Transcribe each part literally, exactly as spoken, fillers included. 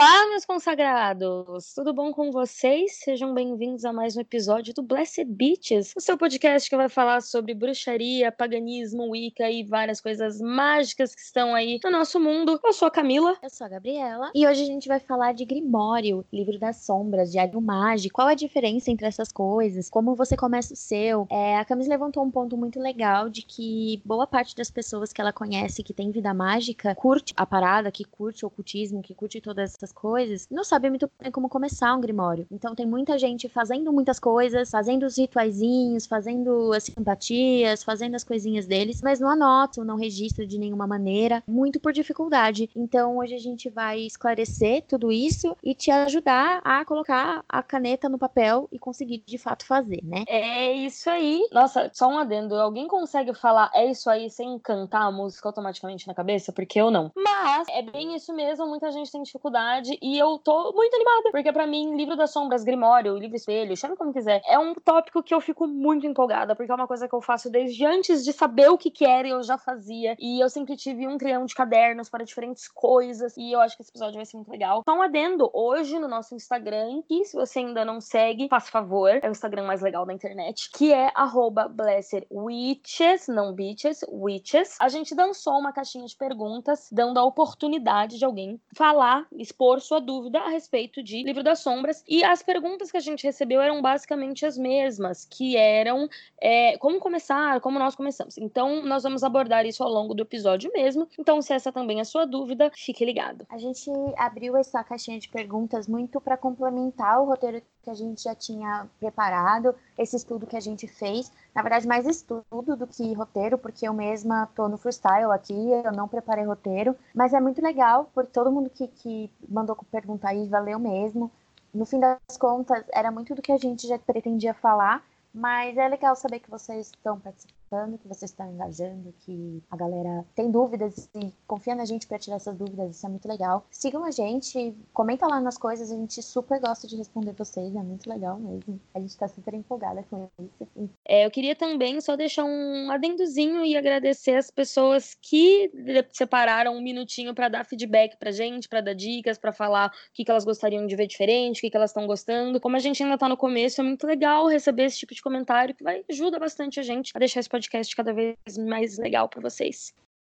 Olá, meus consagrados! Tudo bom com vocês? Sejam bem-vindos a mais um episódio do Blessed Beaches, o seu podcast que vai falar sobre bruxaria, paganismo, Wicca e várias coisas mágicas que estão aí no nosso mundo. Eu sou a Camila. Eu sou a Gabriela. E hoje a gente vai falar de Grimório, Livro das Sombras, Diário Mágico. Qual a diferença entre essas coisas? Como você começa o seu? É, a Camila levantou um ponto muito legal de que boa parte das pessoas que ela conhece que tem vida mágica curte a parada, que curte o ocultismo, que curte todas essas coisas, não sabe muito bem como começar um Grimório. Então tem muita gente fazendo muitas coisas, fazendo os rituaizinhos, fazendo as simpatias, fazendo as coisinhas deles, mas não anota, não registra de nenhuma maneira, muito por dificuldade. Então hoje a gente vai esclarecer tudo isso e te ajudar a colocar a caneta no papel e conseguir de fato fazer, né? É isso aí. Nossa, só um adendo. Alguém consegue falar é isso aí sem cantar a música automaticamente na cabeça? Porque eu não. Mas é bem isso mesmo, muita gente tem dificuldade e eu tô muito animada, porque pra mim, Livro das Sombras, Grimório, Livro Espelho, chame como quiser, é um tópico que eu fico muito empolgada, porque é uma coisa que eu faço desde antes de saber o que que era, eu já fazia, e eu sempre tive um trilhão de cadernos para diferentes coisas, e eu acho que esse episódio vai ser muito legal. Só um adendo, hoje no nosso Instagram, que se você ainda não segue, faça favor, é o Instagram mais legal da internet, que é arroba blessedwitches, não bitches, witches. A gente dançou uma caixinha de perguntas, dando a oportunidade de alguém falar, expor sua dúvida a respeito de Livro das Sombras, e as perguntas que a gente recebeu eram basicamente as mesmas, que eram é, como começar, como nós começamos. Então, nós vamos abordar isso ao longo do episódio mesmo, então se essa também é a sua dúvida, fique ligado. A gente abriu essa caixinha de perguntas muito para complementar o roteiro que a gente já tinha preparado, esse estudo que a gente fez, na verdade mais estudo do que roteiro, porque eu mesma tô no freestyle aqui, eu não preparei roteiro, mas é muito legal, porque todo mundo que, que mandou perguntar aí valeu mesmo. No fim das contas, era muito do que a gente já pretendia falar, mas é legal saber que vocês estão participando, que vocês estão engajando, que a galera tem dúvidas e confia na gente para tirar essas dúvidas, isso é muito legal. Sigam a gente, comenta lá nas coisas, a gente super gosta de responder vocês, é muito legal mesmo. A gente tá super empolgada com isso. É, eu queria também só deixar um adendozinho e agradecer as pessoas que separaram um minutinho para dar feedback pra gente, para dar dicas, para falar o que, que elas gostariam de ver diferente, o que, que elas estão gostando. Como a gente ainda tá no começo, é muito legal receber esse tipo de comentário que vai ajuda bastante a gente a deixar esse podcast cada vez mais legal para vocês.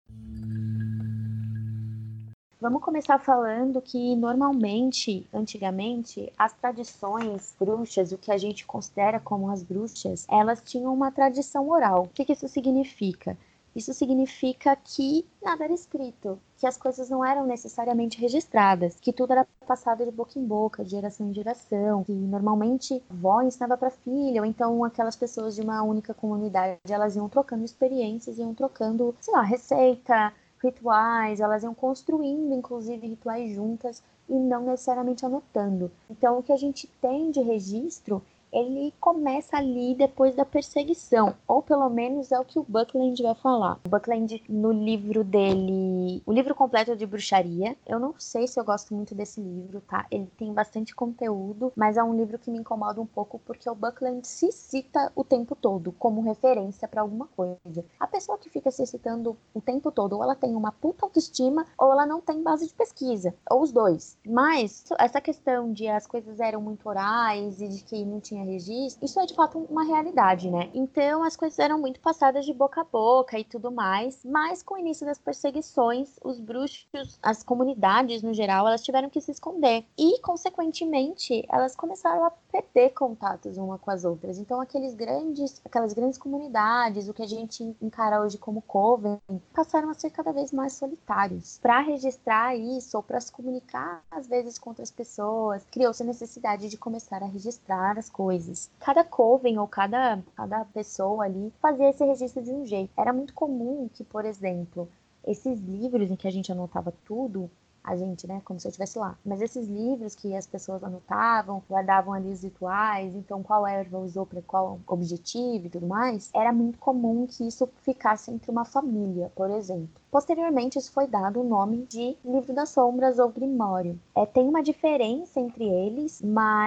Vamos começar falando que normalmente, antigamente, as tradições bruxas, o que a gente considera como as bruxas, elas tinham uma tradição oral. O que, que isso significa? Isso significa que nada era escrito, que as coisas não eram necessariamente registradas, que tudo era passado de boca em boca, de geração em geração, que normalmente a avó ensinava para filha, ou então aquelas pessoas de uma única comunidade, elas iam trocando experiências, iam trocando, sei lá, receita, rituais, elas iam construindo, inclusive, rituais juntas e não necessariamente anotando. Então, o que a gente tem de registro, ele começa ali depois da perseguição, ou pelo menos é o que o Buckland vai falar. O Buckland, no livro dele, o livro completo de bruxaria, eu não sei se eu gosto muito desse livro, tá? Ele tem bastante conteúdo, mas é um livro que me incomoda um pouco porque o Buckland se cita o tempo todo como referência para alguma coisa. A pessoa que fica se citando o tempo todo, ou ela tem uma puta autoestima, ou ela não tem base de pesquisa, ou os dois. Mas essa questão de as coisas eram muito orais e de que não tinha registro, isso é de fato uma realidade, né? Então as coisas eram muito passadas de boca a boca e tudo mais, mas com o início das perseguições, os bruxos, as comunidades no geral, elas tiveram que se esconder e, consequentemente, elas começaram a perder contatos uma com as outras. Então aqueles grandes, aquelas grandes comunidades, o que a gente encara hoje como coven, passaram a ser cada vez mais solitários. Para registrar isso ou para se comunicar às vezes com outras pessoas, criou-se a necessidade de começar a registrar as coisas. Cada coven ou cada, cada pessoa ali fazia esse registro de um jeito. Era muito comum que, por exemplo, esses livros em que a gente anotava tudo, a gente, né, como se eu estivesse lá, mas esses livros que as pessoas anotavam, guardavam ali os rituais, então qual erva usou para qual objetivo e tudo mais, era muito comum que isso ficasse entre uma família, por exemplo. Posteriormente, isso foi dado o nome de Livro das Sombras ou Grimório. É, tem uma diferença entre eles,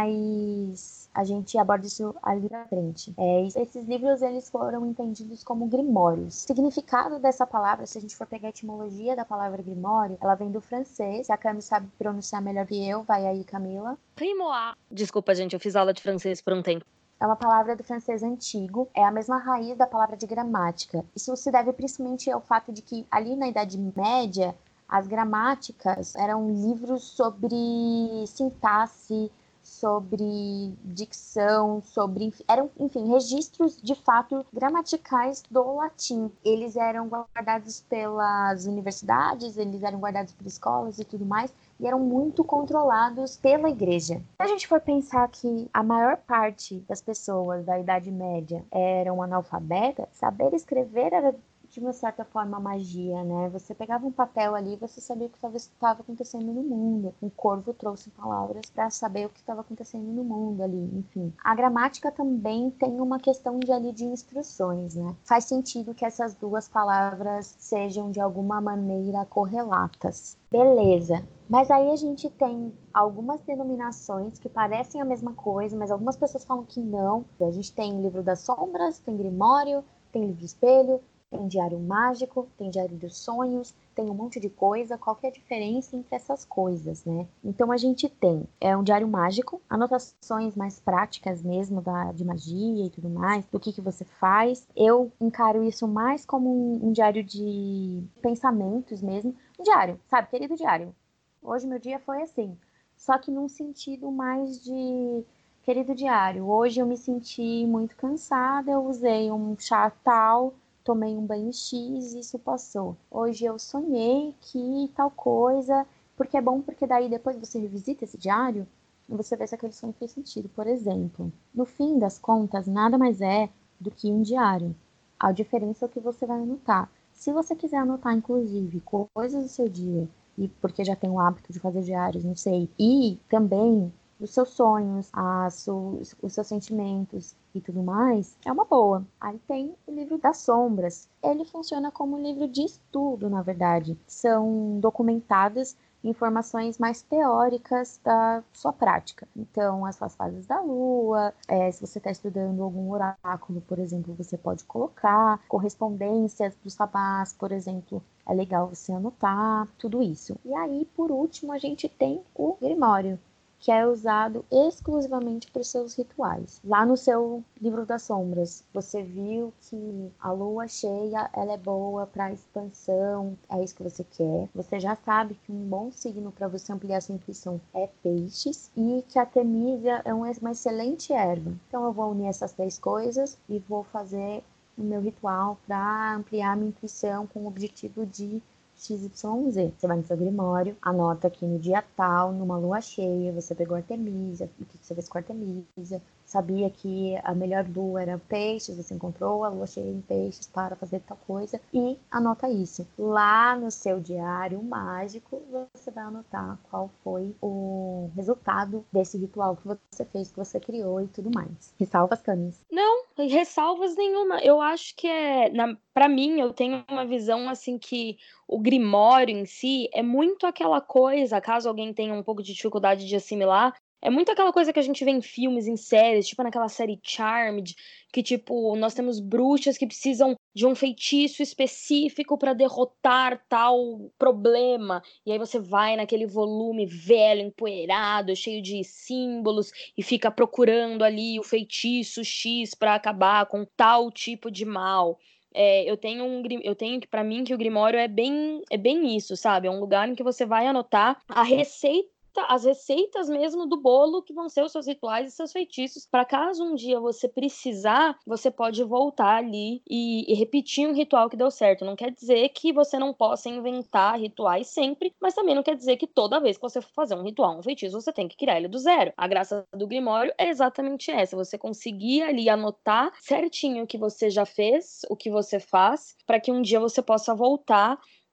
mas a gente aborda isso ali pra frente. É, esses livros eles foram entendidos como grimórios. O significado dessa palavra, se a gente for pegar a etimologia da palavra grimório, ela vem do francês. Se a Cami sabe pronunciar melhor que eu, vai aí, Camila. Grimoire. Desculpa, gente, eu fiz aula de francês por um tempo. É uma palavra do francês antigo, é a mesma raiz da palavra de gramática. Isso se deve principalmente ao fato de que ali na Idade Média, as gramáticas eram livros sobre sintaxe, sobre dicção, sobre eram, enfim, registros de fato gramaticais do latim. Eles eram guardados pelas universidades, eles eram guardados por escolas e tudo mais, e eram muito controlados pela igreja. Se a gente for pensar que a maior parte das pessoas da Idade Média eram analfabetas, saber escrever era de uma certa forma magia, né? Você pegava um papel ali e você sabia o que estava acontecendo no mundo. Um corvo trouxe palavras para saber o que estava acontecendo no mundo ali, enfim. A gramática também tem uma questão de ali de instruções, né? Faz sentido que essas duas palavras sejam de alguma maneira correlatas. Beleza. Mas aí a gente tem algumas denominações que parecem a mesma coisa, mas algumas pessoas falam que não. A gente tem Livro das Sombras, tem Grimório, tem Livro Espelho, tem Diário Mágico, tem Diário dos Sonhos, tem um monte de coisa. Qual que é a diferença entre essas coisas, né? Então a gente tem é um diário mágico, anotações mais práticas mesmo da, de magia e tudo mais, do que, que você faz. Eu encaro isso mais como um, um diário de pensamentos mesmo. Um diário, sabe? Querido diário. Hoje meu dia foi assim. Só que num sentido mais de... Querido diário, hoje eu me senti muito cansada, eu usei um chá tal... tomei um banho X e isso passou. Hoje eu sonhei que tal coisa, porque é bom, porque daí depois você revisita esse diário e você vê se aquele sonho fez sentido. Por exemplo, no fim das contas, nada mais é do que um diário. A diferença é o que você vai anotar. Se você quiser anotar, inclusive, coisas do seu dia, e porque já tem o hábito de fazer diários, não sei, e também os seus sonhos, as, os, os seus sentimentos e tudo mais, é uma boa. Aí tem o Livro das Sombras. Ele funciona como um livro de estudo, na verdade. São documentadas informações mais teóricas da sua prática. Então, as suas fases da lua, é, se você está estudando algum oráculo, por exemplo, você pode colocar, correspondências dos sabás, por exemplo, é legal você anotar, tudo isso. E aí, por último, a gente tem o Grimório, que é usado exclusivamente para os seus rituais. Lá no seu Livro das Sombras, você viu que a lua cheia ela é boa para expansão, é isso que você quer. Você já sabe que um bom signo para você ampliar sua intuição é peixes e que a Artemisia é uma excelente erva. Então eu vou unir essas três coisas e vou fazer o meu ritual para ampliar minha intuição com o objetivo de X Y Z. Você vai no seu grimório, anota aqui no dia tal, numa lua cheia, você pegou a Artemisia, o que você fez com a Artemisia, sabia que a melhor lua era peixes, você encontrou a lua cheia em peixes para fazer tal coisa e anota isso. Lá no seu diário mágico, você vai anotar qual foi o resultado desse ritual que você fez, que você criou e tudo mais. Ressalvas, Camis? Não, ressalvas nenhuma. Eu acho que é, na, para mim, eu tenho uma visão assim que o Grimório em si é muito aquela coisa, caso alguém tenha um pouco de dificuldade de assimilar, é muito aquela coisa que a gente vê em filmes, em séries, tipo naquela série Charmed, que tipo, nós temos bruxas que precisam de um feitiço específico para derrotar tal problema. E aí você vai naquele volume velho, empoeirado, cheio de símbolos e fica procurando ali o feitiço X para acabar com tal tipo de mal. É, eu tenho um eu tenho que para mim que o Grimório é bem é bem isso, sabe? É um lugar em que você vai anotar a receita, as receitas mesmo do bolo que vão ser os seus rituais e seus feitiços, para caso um dia você precisar, você pode voltar ali e, e repetir um ritual que deu certo. Não quer dizer que você não possa inventar rituais sempre, mas também não quer dizer que toda vez que você for fazer um ritual, um feitiço, você tem que criar ele do zero. A graça do Grimório é exatamente essa, você conseguir ali anotar certinho o que você já fez, o que você faz, para que um dia você possa voltar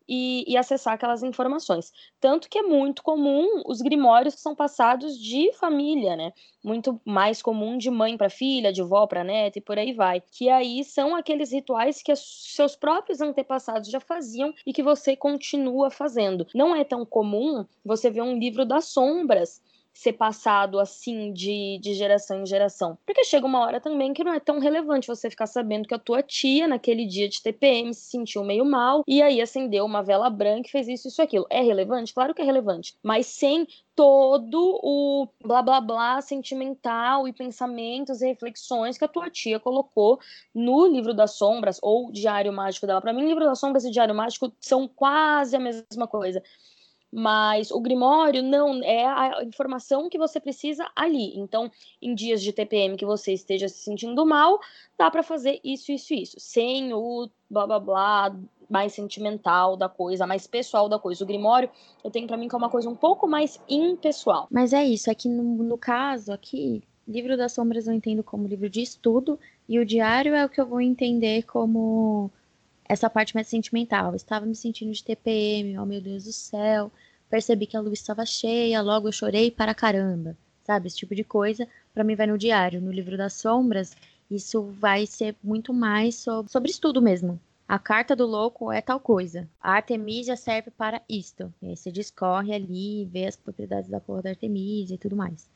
e, e acessar aquelas informações. Tanto que é muito comum os grimórios que são passados de família, né? Muito mais comum de mãe para filha, de vó para neta e por aí vai. Que aí são aqueles rituais que os seus próprios antepassados já faziam e que você continua fazendo. Não é tão comum você ver um livro das sombras ser passado assim de, de geração em geração. Porque chega uma hora também que não é tão relevante você ficar sabendo que a tua tia, naquele dia de T P M, se sentiu meio mal e aí acendeu uma vela branca e fez isso, isso, aquilo. É relevante? Claro que é relevante. Mas sem todo o blá blá blá sentimental e pensamentos e reflexões que a tua tia colocou no Livro das Sombras ou Diário Mágico dela. Para mim, Livro das Sombras e Diário Mágico são quase a mesma coisa. Mas o Grimório não é a informação que você precisa ali. Então, em dias de T P M que você esteja se sentindo mal, dá para fazer isso, isso, isso. Sem o blá blá blá mais sentimental da coisa, mais pessoal da coisa. O Grimório, eu tenho para mim que é uma coisa um pouco mais impessoal. Mas é isso, é que no, no caso aqui, Livro das Sombras eu entendo como livro de estudo, e o diário é o que eu vou entender como essa parte mais sentimental. Eu estava me sentindo de T P M, oh meu Deus do céu, percebi que a lua estava cheia, logo eu chorei para caramba, sabe? Esse tipo de coisa, para mim vai no diário. No Livro das Sombras, isso vai ser muito mais sobre, sobre estudo mesmo. A carta do louco é tal coisa. A Artemisia serve para isto. E aí você discorre ali, vê as propriedades da porra da Artemisia e tudo mais.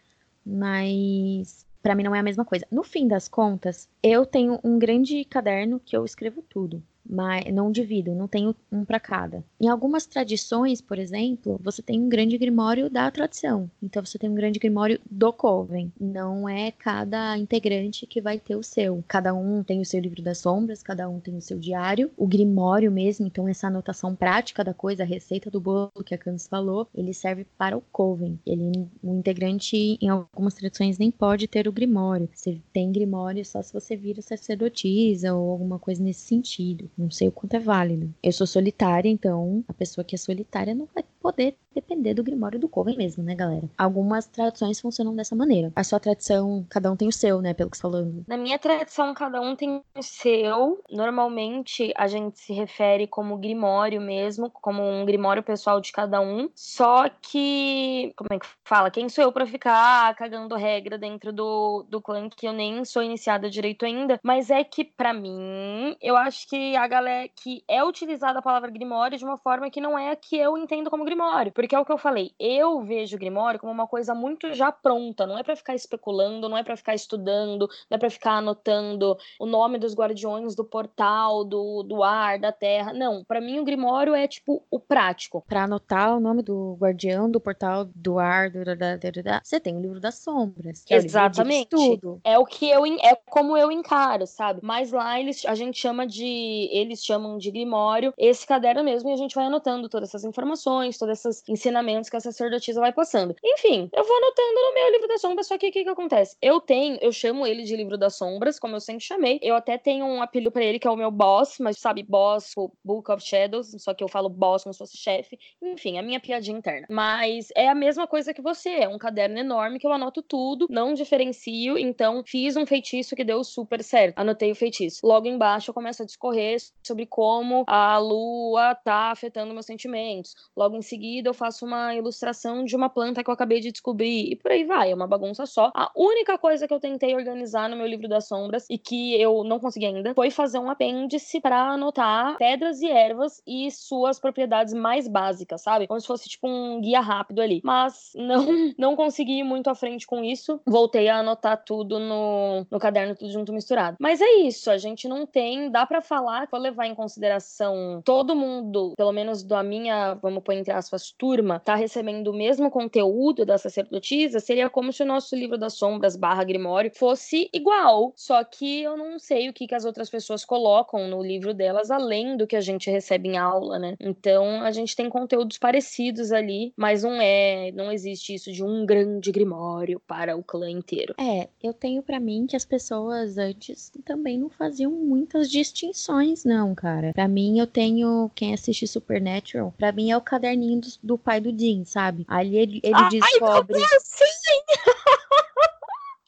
Mas para mim não é a mesma coisa. No fim das contas, eu tenho um grande caderno que eu escrevo tudo. Mas não divido, não tenho um para cada. Em algumas tradições, por exemplo, você tem um grande grimório da tradição. Então você tem um grande grimório do Coven. Não é cada integrante que vai ter o seu. Cada um tem o seu Livro das Sombras, cada um tem o seu diário. O grimório mesmo, então essa anotação prática da coisa, a receita do bolo que a Candice falou, ele serve para o Coven. Ele, o integrante, em algumas tradições, nem pode ter o grimório. Você tem grimório só se você vira sacerdotisa ou alguma coisa nesse sentido. Não sei o quanto é válido. Eu sou solitária, então a pessoa que é solitária não vai poder depender do Grimório do Coven mesmo, né, galera? Algumas tradições funcionam dessa maneira. A sua tradição, cada um tem o seu, né, pelo que você tá falando. Na minha tradição, cada um tem o seu. Normalmente, a gente se refere como Grimório mesmo, como um Grimório pessoal de cada um. Só que, como é que fala? Quem sou eu pra ficar cagando regra dentro do, do clã que eu nem sou iniciada direito ainda? Mas é que, pra mim, eu acho que a galera que é utilizada a palavra Grimório de uma forma que não é a que eu entendo como Grimório. Porque é o que eu falei, eu vejo Grimório como uma coisa muito já pronta, não é pra ficar especulando, não é pra ficar estudando, não é pra ficar anotando o nome dos guardiões do portal, do, do ar, da terra. Não, pra mim o Grimório é tipo o prático. Pra anotar o nome do guardião do portal, do ar, do, do, do, do, do, você tem o Livro das Sombras, que Exatamente. É o livro de estudo. É o que eu é como eu encaro, sabe? Mas lá eles a gente chama de eles chamam de Grimório esse caderno mesmo, e a gente vai anotando todas essas informações, todos esses ensinamentos que a sacerdotisa vai passando. Enfim, eu vou anotando no meu Livro das Sombras, só que o que que acontece? Eu tenho, eu chamo ele de Livro das Sombras, como eu sempre chamei. Eu até tenho um apelido pra ele, que é o meu boss, mas sabe, boss, o Book of Shadows, só que eu falo boss como se fosse chefe. Enfim, a minha piadinha interna. Mas é a mesma coisa que você, é um caderno enorme que eu anoto tudo, não diferencio, então fiz um feitiço que deu super certo. Anotei o feitiço. Logo embaixo eu começo a discorrer sobre como a lua tá afetando meus sentimentos. Logo em seguida eu faço uma ilustração de uma planta que eu acabei de descobrir, e por aí vai, é uma bagunça só. A única coisa que eu tentei organizar no meu Livro das Sombras, e que eu não consegui ainda, foi fazer um apêndice pra anotar pedras e ervas e suas propriedades mais básicas, sabe? Como se fosse tipo um guia rápido ali. Mas não, não consegui ir muito à frente com isso. Voltei a anotar tudo no, no caderno, tudo junto misturado. Mas é isso, a gente não tem, dá pra falar, vou levar em consideração todo mundo, pelo menos da minha, vamos pôr entre aspas, turma, tá recebendo o mesmo conteúdo da sacerdotisa, seria como se o nosso Livro das Sombras barra Grimório fosse igual, só que eu não sei o que, que as outras pessoas colocam no livro delas, além do que a gente recebe em aula, né? Então, a gente tem conteúdos parecidos ali, mas não é, não existe isso de um grande Grimório para o clã inteiro. É, eu tenho pra mim que as pessoas antes também não faziam muitas distinções, não, cara. Pra mim, eu tenho, quem assiste Supernatural, pra mim é o caderninho do, do pai do Dean, sabe? Ali ele, ele Ai, descobre... meu Deus, sim!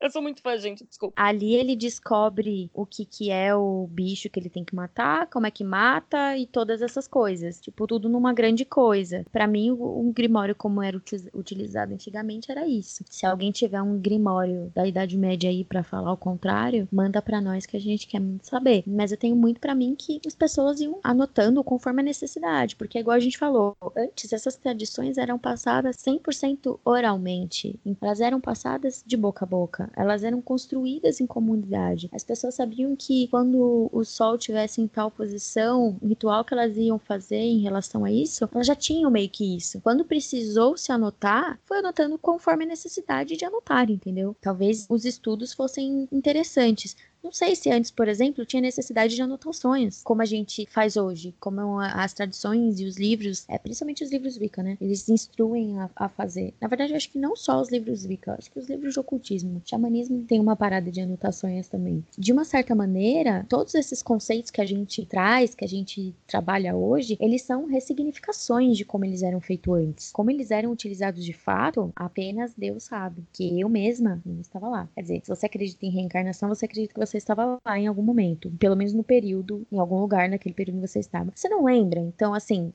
Eu sou muito fã, gente, desculpa. Ali ele descobre o que que é o bicho que ele tem que matar, como é que mata e todas essas coisas. Tipo, tudo numa grande coisa. Pra mim, o- um grimório como era uti- utilizado antigamente era isso. Se alguém tiver um grimório da Idade Média aí pra falar o contrário, manda pra nós que a gente quer muito saber. Mas eu tenho muito pra mim que as pessoas iam anotando conforme a necessidade, porque igual a gente falou, antes essas tradições eram passadas cem por cento oralmente. Elas eram passadas de boca a boca. Elas eram construídas em comunidade. As pessoas sabiam que quando o sol estivesse em tal posição, o ritual que elas iam fazer em relação a isso, elas já tinham meio que isso. Quando precisou se anotar, foi anotando conforme a necessidade de anotar, entendeu? Talvez os estudos fossem interessantes. Não sei se antes, por exemplo, tinha necessidade de anotações, como a gente faz hoje, como a- as tradições e os livros, é, principalmente os livros Wicca, né? Eles instruem a, a fazer. Na verdade, eu acho que não só os livros Wicca, acho que os livros de ocultismo. Xamanismo tem uma parada de anotações também. De uma certa maneira, todos esses conceitos que a gente traz, que a gente trabalha hoje, eles são ressignificações de como eles eram feitos antes. Como eles eram utilizados de fato, apenas Deus sabe. Que eu mesma não estava lá. Quer dizer, se você acredita em reencarnação, você acredita que você estava lá em algum momento. Pelo menos no período, em algum lugar naquele período que você estava. Você não lembra? Então, assim,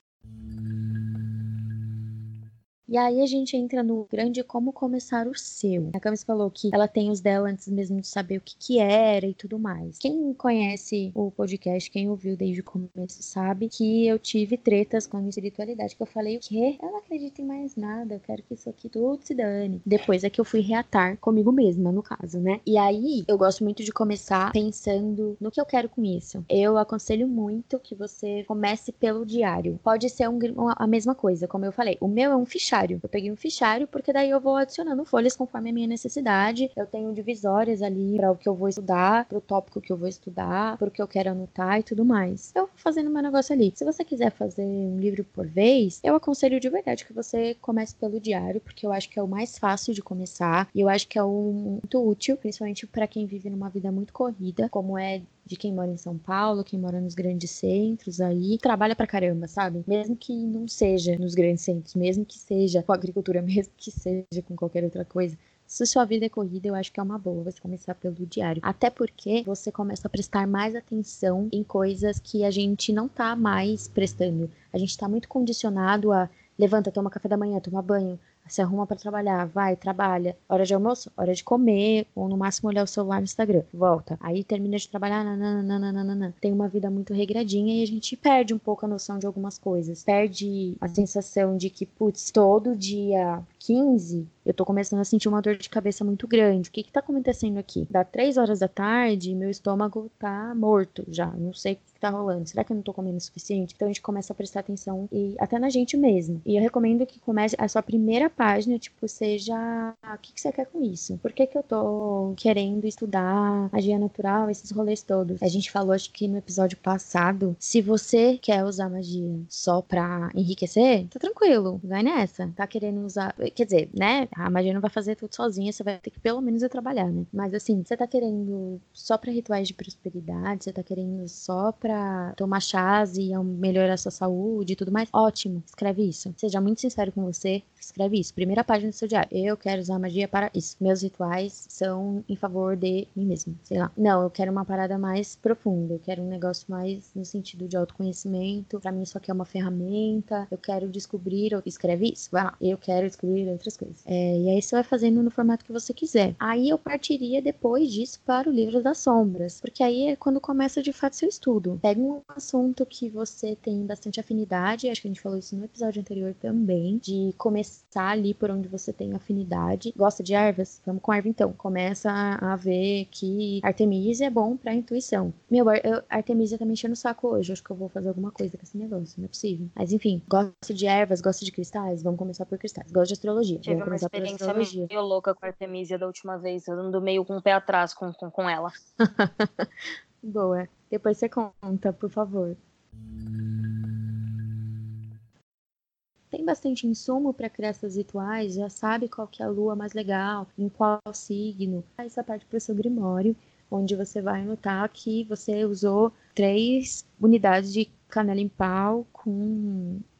e aí a gente entra no grande como começar o seu. A Camis falou que ela tem os dela antes mesmo de saber o que que era e tudo mais. Quem conhece o podcast, quem ouviu desde o começo, sabe que eu tive tretas com a espiritualidade, que eu falei o quê? Eu não acredito em mais nada, eu quero que isso aqui tudo se dane. Depois é que eu fui reatar comigo mesma, no caso, né? E aí eu gosto muito de começar pensando no que eu quero com isso. Eu aconselho muito que você comece pelo diário. Pode ser um, a mesma coisa, como eu falei. O meu é um fichário. Eu peguei um fichário porque daí eu vou adicionando folhas conforme a minha necessidade. Eu tenho divisórias ali para o que eu vou estudar, para o tópico que eu vou estudar, para o que eu quero anotar e tudo mais. Eu vou fazendo meu negócio ali. Se você quiser fazer um livro por vez, eu aconselho de verdade que você comece pelo diário, porque eu acho que é o mais fácil de começar e eu acho que é o muito útil, principalmente para quem vive numa vida muito corrida, como é de quem mora em São Paulo, quem mora nos grandes centros aí, trabalha pra caramba, sabe? Mesmo que não seja nos grandes centros, mesmo que seja com agricultura, mesmo que seja com qualquer outra coisa. Se sua vida é corrida, eu acho que é uma boa você começar pelo diário. Até porque você começa a prestar mais atenção em coisas que a gente não tá mais prestando. A gente tá muito condicionado a levanta, toma café da manhã, toma banho, se arruma pra trabalhar, vai, trabalha. Hora de almoço, hora de comer, ou no máximo olhar o celular no Instagram. Volta. Aí termina de trabalhar, nananana. Tem uma vida muito regradinha e a gente perde um pouco a noção de algumas coisas. Perde a sensação de que, putz, todo dia quinze, eu tô começando a sentir uma dor de cabeça muito grande. O que que tá acontecendo aqui? Dá três horas da tarde, meu estômago tá morto já. Não sei o que que tá rolando. Será que eu não tô comendo o suficiente? Então a gente começa a prestar atenção e até na gente mesmo. E eu recomendo que comece a sua primeira página, tipo, seja o que que você quer com isso? Por que que eu tô querendo estudar magia natural, esses rolês todos? A gente falou, acho que no episódio passado, se você quer usar magia só pra enriquecer, tá tranquilo, vai nessa. Tá querendo usar, quer dizer, né? A magia não vai fazer tudo sozinha, você vai ter que pelo menos ir trabalhar, né? Mas assim, você tá querendo só pra rituais de prosperidade, você tá querendo só pra tomar chás e melhorar sua saúde e tudo mais, ótimo, escreve isso. Seja muito sincero com você, escreve isso. Primeira página do seu diário. Eu quero usar magia para isso. Meus rituais são em favor de mim mesmo. Sei lá. Não, eu quero uma parada mais profunda. Eu quero um negócio mais no sentido de autoconhecimento. Pra mim isso aqui é uma ferramenta. Eu quero descobrir. Escreve isso. Vai lá. Eu quero descobrir outras coisas. É, e aí você vai fazendo no formato que você quiser. Aí eu partiria depois disso para o livro das sombras. Porque aí é quando começa de fato seu estudo. Pega um assunto que você tem bastante afinidade. Acho que a gente falou isso no episódio anterior também. De começar ali por onde você tem afinidade. Gosta de ervas? Vamos com erva então. Começa a, a ver que Artemisia é bom pra intuição. Meu, eu, Artemisia tá me enchendo o saco hoje. Acho que eu vou fazer alguma coisa com esse negócio. Não é possível. Mas enfim, gosta de ervas, gosta de cristais? Vamos começar por cristais. Gosta de astrologia? Tive Vamos uma começar por experiência astrologia. meio louca com a Artemisia da última vez. Eu ando meio com o pé atrás com, com, com ela. Boa. Depois você conta, por favor. Tem bastante insumo para criar essas rituais, já sabe qual que é a lua mais legal, em qual signo. Essa parte para o seu grimório, onde você vai anotar que você usou três unidades de canela em pau com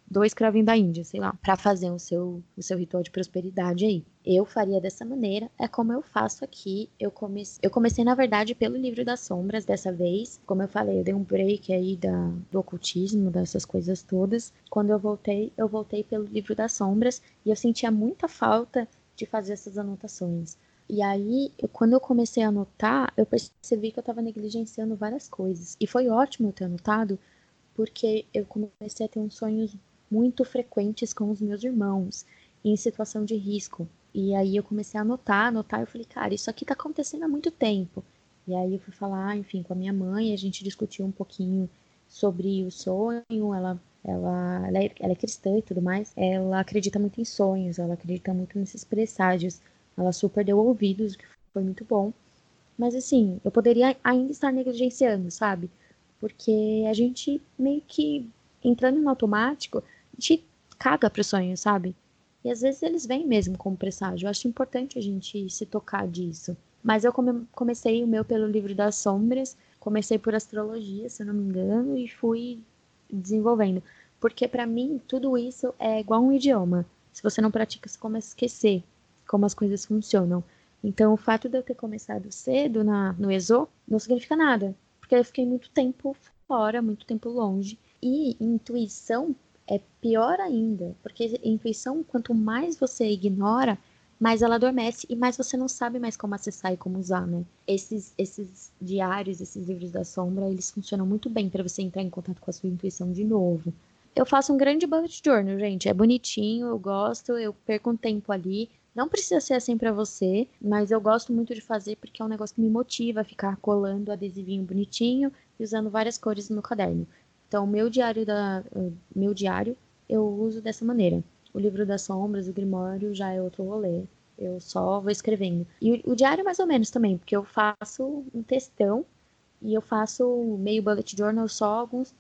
dois cravinhos da Índia, sei lá, pra fazer o seu, o seu ritual de prosperidade aí. Eu faria dessa maneira, é como eu faço aqui. Eu comecei, eu comecei na verdade, pelo Livro das Sombras dessa vez. Como eu falei, eu dei um break aí da, do ocultismo, dessas coisas todas. Quando eu voltei, eu voltei pelo Livro das Sombras e eu sentia muita falta de fazer essas anotações. E aí, eu, quando eu comecei a anotar, eu percebi que eu estava negligenciando várias coisas. E foi ótimo eu ter anotado, porque eu comecei a ter uns sonhos muito frequentes com os meus irmãos, em situação de risco. E aí eu comecei a anotar, anotar, eu falei, cara, isso aqui tá acontecendo há muito tempo. E aí eu fui falar, enfim, com a minha mãe, a gente discutiu um pouquinho sobre o sonho, ela, ela, ela, é, ela é cristã e tudo mais, ela acredita muito em sonhos, ela acredita muito nesses presságios, ela super deu ouvidos, o que foi muito bom. Mas assim, eu poderia ainda estar negligenciando, sabe? Porque a gente meio que, entrando no automático, a gente caga pro sonho, sabe? E às vezes eles vêm mesmo como presságio. Eu acho importante a gente se tocar disso. Mas eu come- comecei o meu pelo Livro das Sombras, comecei por astrologia, se eu não me engano, e fui desenvolvendo. Porque pra mim, tudo isso é igual um idioma. Se você não pratica, você começa a esquecer como as coisas funcionam. Então, o fato de eu ter começado cedo na, no ESO não significa nada. Porque eu fiquei muito tempo fora, muito tempo longe. E intuição é pior ainda, porque intuição, quanto mais você ignora, mais ela adormece e mais você não sabe mais como acessar e como usar, né? Esses, esses diários, esses livros da sombra, eles funcionam muito bem para você entrar em contato com a sua intuição de novo. Eu faço um grande bullet journal, gente. É bonitinho, eu gosto, eu perco um tempo ali. Não precisa ser assim pra você, mas eu gosto muito de fazer porque é um negócio que me motiva a ficar colando adesivinho bonitinho e usando várias cores no meu caderno. Então, o meu diário da uh, meu diário eu uso dessa maneira. O Livro das Sombras, o Grimório já é outro rolê. Eu só vou escrevendo. E o, o diário mais ou menos também, porque eu faço um textão e eu faço meio bullet journal, só alguns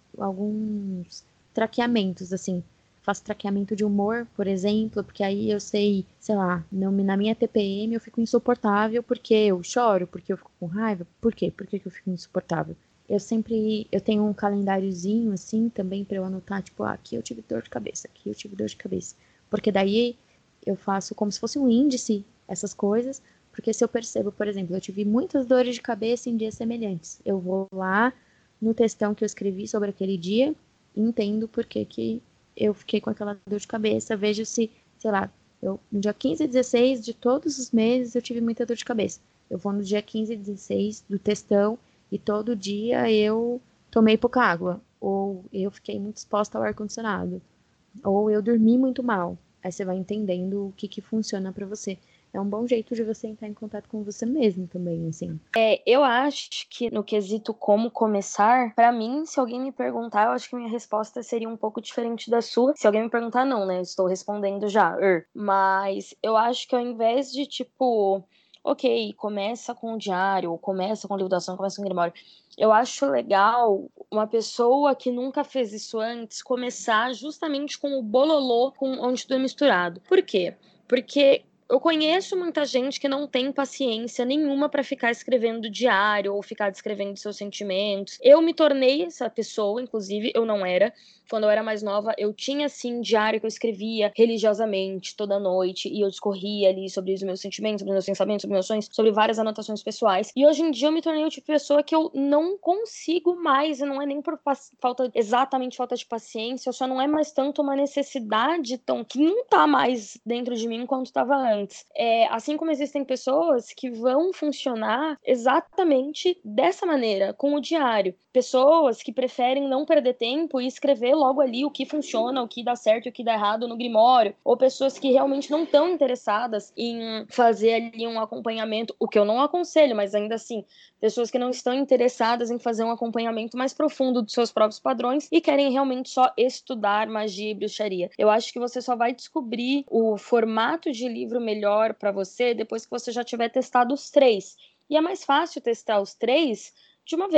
alguns traqueamentos assim. Faço traqueamento de humor, por exemplo, porque aí eu sei, sei lá, não, na minha T P M eu fico insuportável porque eu choro, porque eu fico com raiva. Por quê? Por que que eu fico insuportável? Eu sempre, eu tenho um calendáriozinho assim também para eu anotar, tipo, ah, aqui eu tive dor de cabeça, aqui eu tive dor de cabeça. Porque daí eu faço como se fosse um índice, essas coisas, porque se eu percebo, por exemplo, eu tive muitas dores de cabeça em dias semelhantes, eu vou lá no textão que eu escrevi sobre aquele dia e entendo por que que eu fiquei com aquela dor de cabeça, vejo se, sei lá, eu, no dia quinze e dezesseis de todos os meses eu tive muita dor de cabeça. Eu vou no dia quinze e dezesseis do textão e todo dia eu tomei pouca água, ou eu fiquei muito exposta ao ar-condicionado, ou eu dormi muito mal. Aí você vai entendendo o que que funciona pra você. É um bom jeito de você entrar em contato com você mesmo também, assim. É, eu acho que no quesito como começar, pra mim, se alguém me perguntar, eu acho que minha resposta seria um pouco diferente da sua. Se alguém me perguntar, não, né? Eu estou respondendo já. er. Mas eu acho que ao invés de, tipo, ok, começa com o diário, ou começa com a livro da ação, começa com o grimório. Eu acho legal uma pessoa que nunca fez isso antes começar justamente com o bololô, com onde tudo é misturado. Por quê? Porque eu conheço muita gente que não tem paciência nenhuma para ficar escrevendo diário ou ficar descrevendo seus sentimentos. Eu me tornei essa pessoa, inclusive, eu não era. Quando eu era mais nova, eu tinha, assim, diário que eu escrevia religiosamente, toda noite, e eu discorria ali sobre os meus sentimentos, sobre os meus pensamentos, sobre meus sonhos, sobre várias anotações pessoais. E hoje em dia eu me tornei o tipo de pessoa que eu não consigo mais, e não é nem por falta, exatamente falta de paciência, só não é mais tanto uma necessidade tão, que não tá mais dentro de mim quanto estava antes. É, assim como existem pessoas que vão funcionar exatamente dessa maneira, com o diário. Pessoas que preferem não perder tempo e escrever logo ali o que funciona, o que dá certo e o que dá errado no Grimório, ou pessoas que realmente não estão interessadas em fazer ali um acompanhamento, o que eu não aconselho, mas ainda assim, pessoas que não estão interessadas em fazer um acompanhamento mais profundo dos seus próprios padrões e querem realmente só estudar magia e bruxaria. Eu acho que você só vai descobrir o formato de livro melhor para você depois que você já tiver testado os três. E é mais fácil testar os três de uma vez.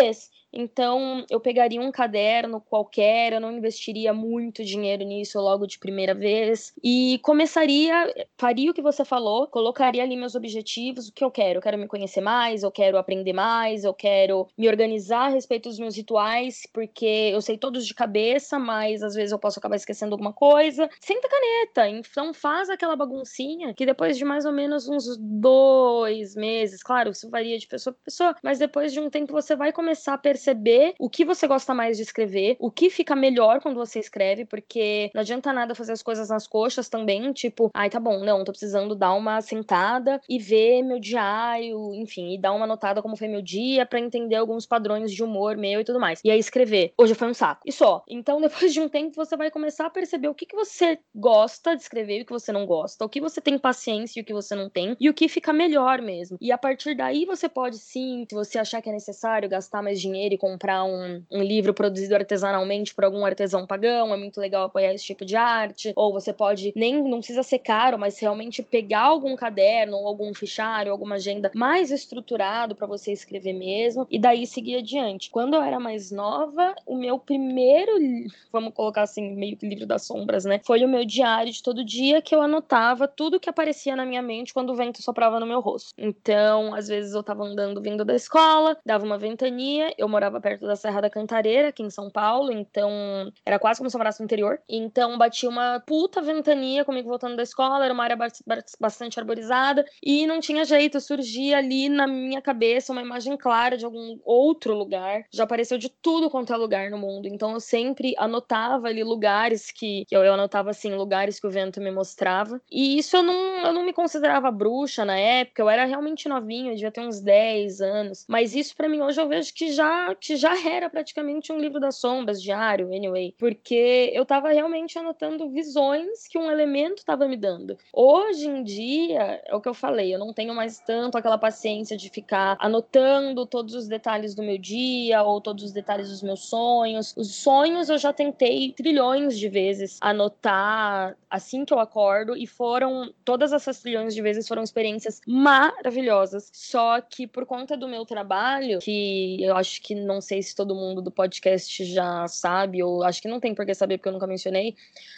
Então, eu pegaria um caderno qualquer, eu não investiria muito dinheiro nisso logo de primeira vez e começaria, faria o que você falou, colocaria ali meus objetivos, o que eu quero. Eu quero me conhecer mais, eu quero aprender mais, eu quero me organizar a respeito dos meus rituais, porque eu sei todos de cabeça, mas às vezes eu posso acabar esquecendo alguma coisa. Senta a caneta, então faz aquela baguncinha que depois de mais ou menos uns dois meses, claro, isso varia de pessoa para pessoa, mas depois de um tempo você vai começar a perceber o que você gosta mais de escrever, o que fica melhor quando você escreve, porque não adianta nada fazer as coisas nas coxas também, tipo, ai, tá bom, não, tô precisando dar uma sentada e ver meu diário, enfim, e dar uma notada como foi meu dia pra entender alguns padrões de humor meu e tudo mais. E aí escrever, hoje foi um saco. E só. Então, depois de um tempo, você vai começar a perceber o que, que você gosta de escrever e o que você não gosta, o que você tem paciência e o que você não tem, e o que fica melhor mesmo. E a partir daí você pode sim, se você achar que é necessário, gastar mais dinheiro e comprar um, um livro produzido artesanalmente por algum artesão pagão, é muito legal apoiar esse tipo de arte. Ou você pode, nem, não precisa ser caro, mas realmente pegar algum caderno ou algum fichário, alguma agenda mais estruturado para você escrever mesmo, e daí seguir adiante. Quando eu era mais nova, o meu primeiro, vamos colocar assim, meio que livro das sombras, né? Foi o meu diário de todo dia, que eu anotava tudo que aparecia na minha mente quando o vento soprava no meu rosto. Então, às vezes eu tava andando vindo da escola, dava uma ventania, eu morava perto da Serra da Cantareira, aqui em São Paulo, então era quase como se eu morasse no interior. Então, batia uma puta ventania comigo voltando da escola, era uma área bastante arborizada, e não tinha jeito, surgia ali na minha cabeça uma imagem clara de algum outro lugar. Já apareceu de tudo quanto é lugar no mundo, então eu sempre anotava ali lugares que, que eu, eu anotava assim, lugares que o vento me mostrava, e isso eu não, eu não me considerava bruxa na época, eu era realmente novinho, eu devia ter uns dez anos, mas isso pra mim hoje eu vejo que já, que já era praticamente um livro das sombras, diário, anyway, porque eu tava realmente anotando visões que um elemento tava me dando. Hoje em dia, é o que eu falei, eu não tenho mais tanto aquela paciência de ficar anotando todos os detalhes do meu dia ou todos os detalhes dos meus sonhos. Os sonhos eu já tentei trilhões de vezes anotar assim que eu acordo, e foram, todas essas trilhões de vezes foram experiências maravilhosas. Só que por conta do meu trabalho, que eu acho que não sei se todo mundo do podcast já sabe, ou acho que não tem por que saber porque eu nunca mencionei,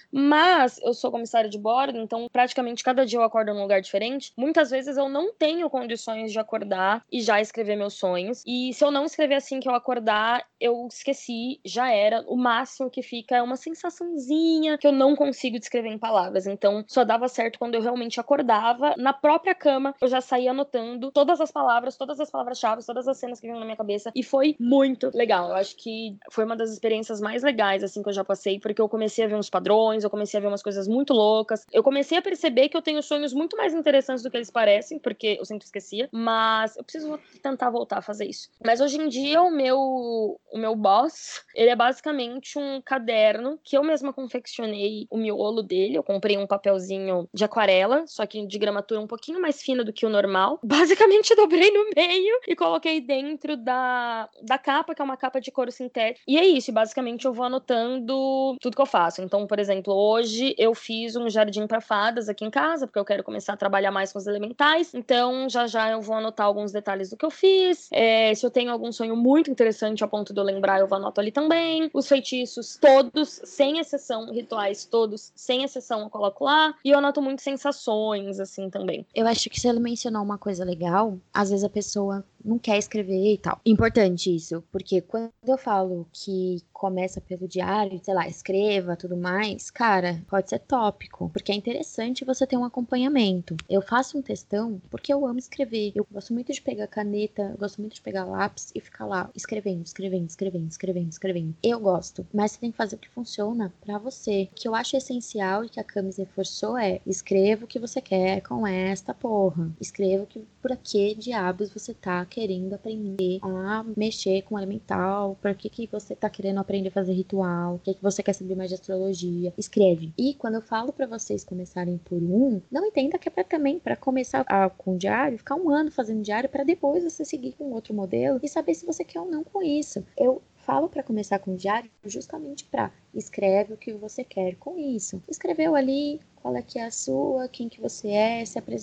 mas eu sou comissária de bordo, então praticamente cada dia eu acordo num lugar diferente. Muitas vezes eu não tenho condições de acordar e já escrever meus sonhos. E se eu não escrever assim que eu acordar, eu esqueci, já era. O máximo que fica é uma sensaçãozinha que eu não consigo descrever em palavras. Então só dava certo quando eu realmente acordava. Na própria cama, eu já saía anotando todas as palavras, todas as palavras-chave, todas as cenas que vinham na minha cabeça. E foi muito legal. Eu acho que foi uma das experiências mais legais, assim, que eu já passei, porque eu comecei a ver uns padrões, eu comecei a ver umas coisas muito loucas. Eu comecei a perceber que eu tenho sonhos muito mais interessantes do que eles parecem, porque eu sempre esquecia, mas eu preciso tentar voltar a fazer isso. Mas hoje em dia, o meu, o meu boss, ele é basicamente um caderno que eu mesma confeccionei o miolo dele. Eu comprei um papelzinho de aquarela, só que de gramatura um pouquinho mais fina do que o normal. Basicamente, dobrei no meio e coloquei dentro da, da capa, que é uma capa de couro sintético. E é isso, basicamente eu vou anotando tudo que eu faço. Então, por exemplo, hoje eu fiz um jardim para fadas aqui em casa, porque eu quero começar a trabalhar mais com os elementais. Então, já já eu vou anotar alguns detalhes do que eu fiz. É, se eu tenho algum sonho muito interessante a ponto de eu lembrar, eu vou anotar ali também. Os feitiços, todos, sem exceção, rituais todos, sem exceção, eu coloco lá. E eu anoto muito sensações, assim, também. Eu acho que se ele mencionou uma coisa legal, às vezes a pessoa não quer escrever e tal. Importante isso, porque quando eu falo que começa pelo diário, sei lá, escreva, tudo mais, cara, pode ser tópico, porque é interessante você ter um acompanhamento. Eu faço um textão porque eu amo escrever. Eu gosto muito de pegar caneta, eu gosto muito de pegar lápis e ficar lá escrevendo, escrevendo, escrevendo, escrevendo, escrevendo. Eu gosto, mas você tem que fazer o que funciona pra você. O que eu acho essencial e que a Camis reforçou é: escreva o que você quer com esta porra. Escreva o que, por que diabos você tá querendo aprender a mexer com elemental, por que que você tá querendo aprender a fazer ritual, o que que você quer saber mais de astrologia. Escreve. E quando eu falo pra vocês começarem por um, não entenda que é pra também, pra começar a, com diário, ficar um ano fazendo diário, pra depois você seguir com outro modelo e saber se você quer ou não com isso. Eu falo para começar com diário justamente para escreve o que você quer com isso. Escreveu ali, qual é que é a sua, quem que você é, se apresenta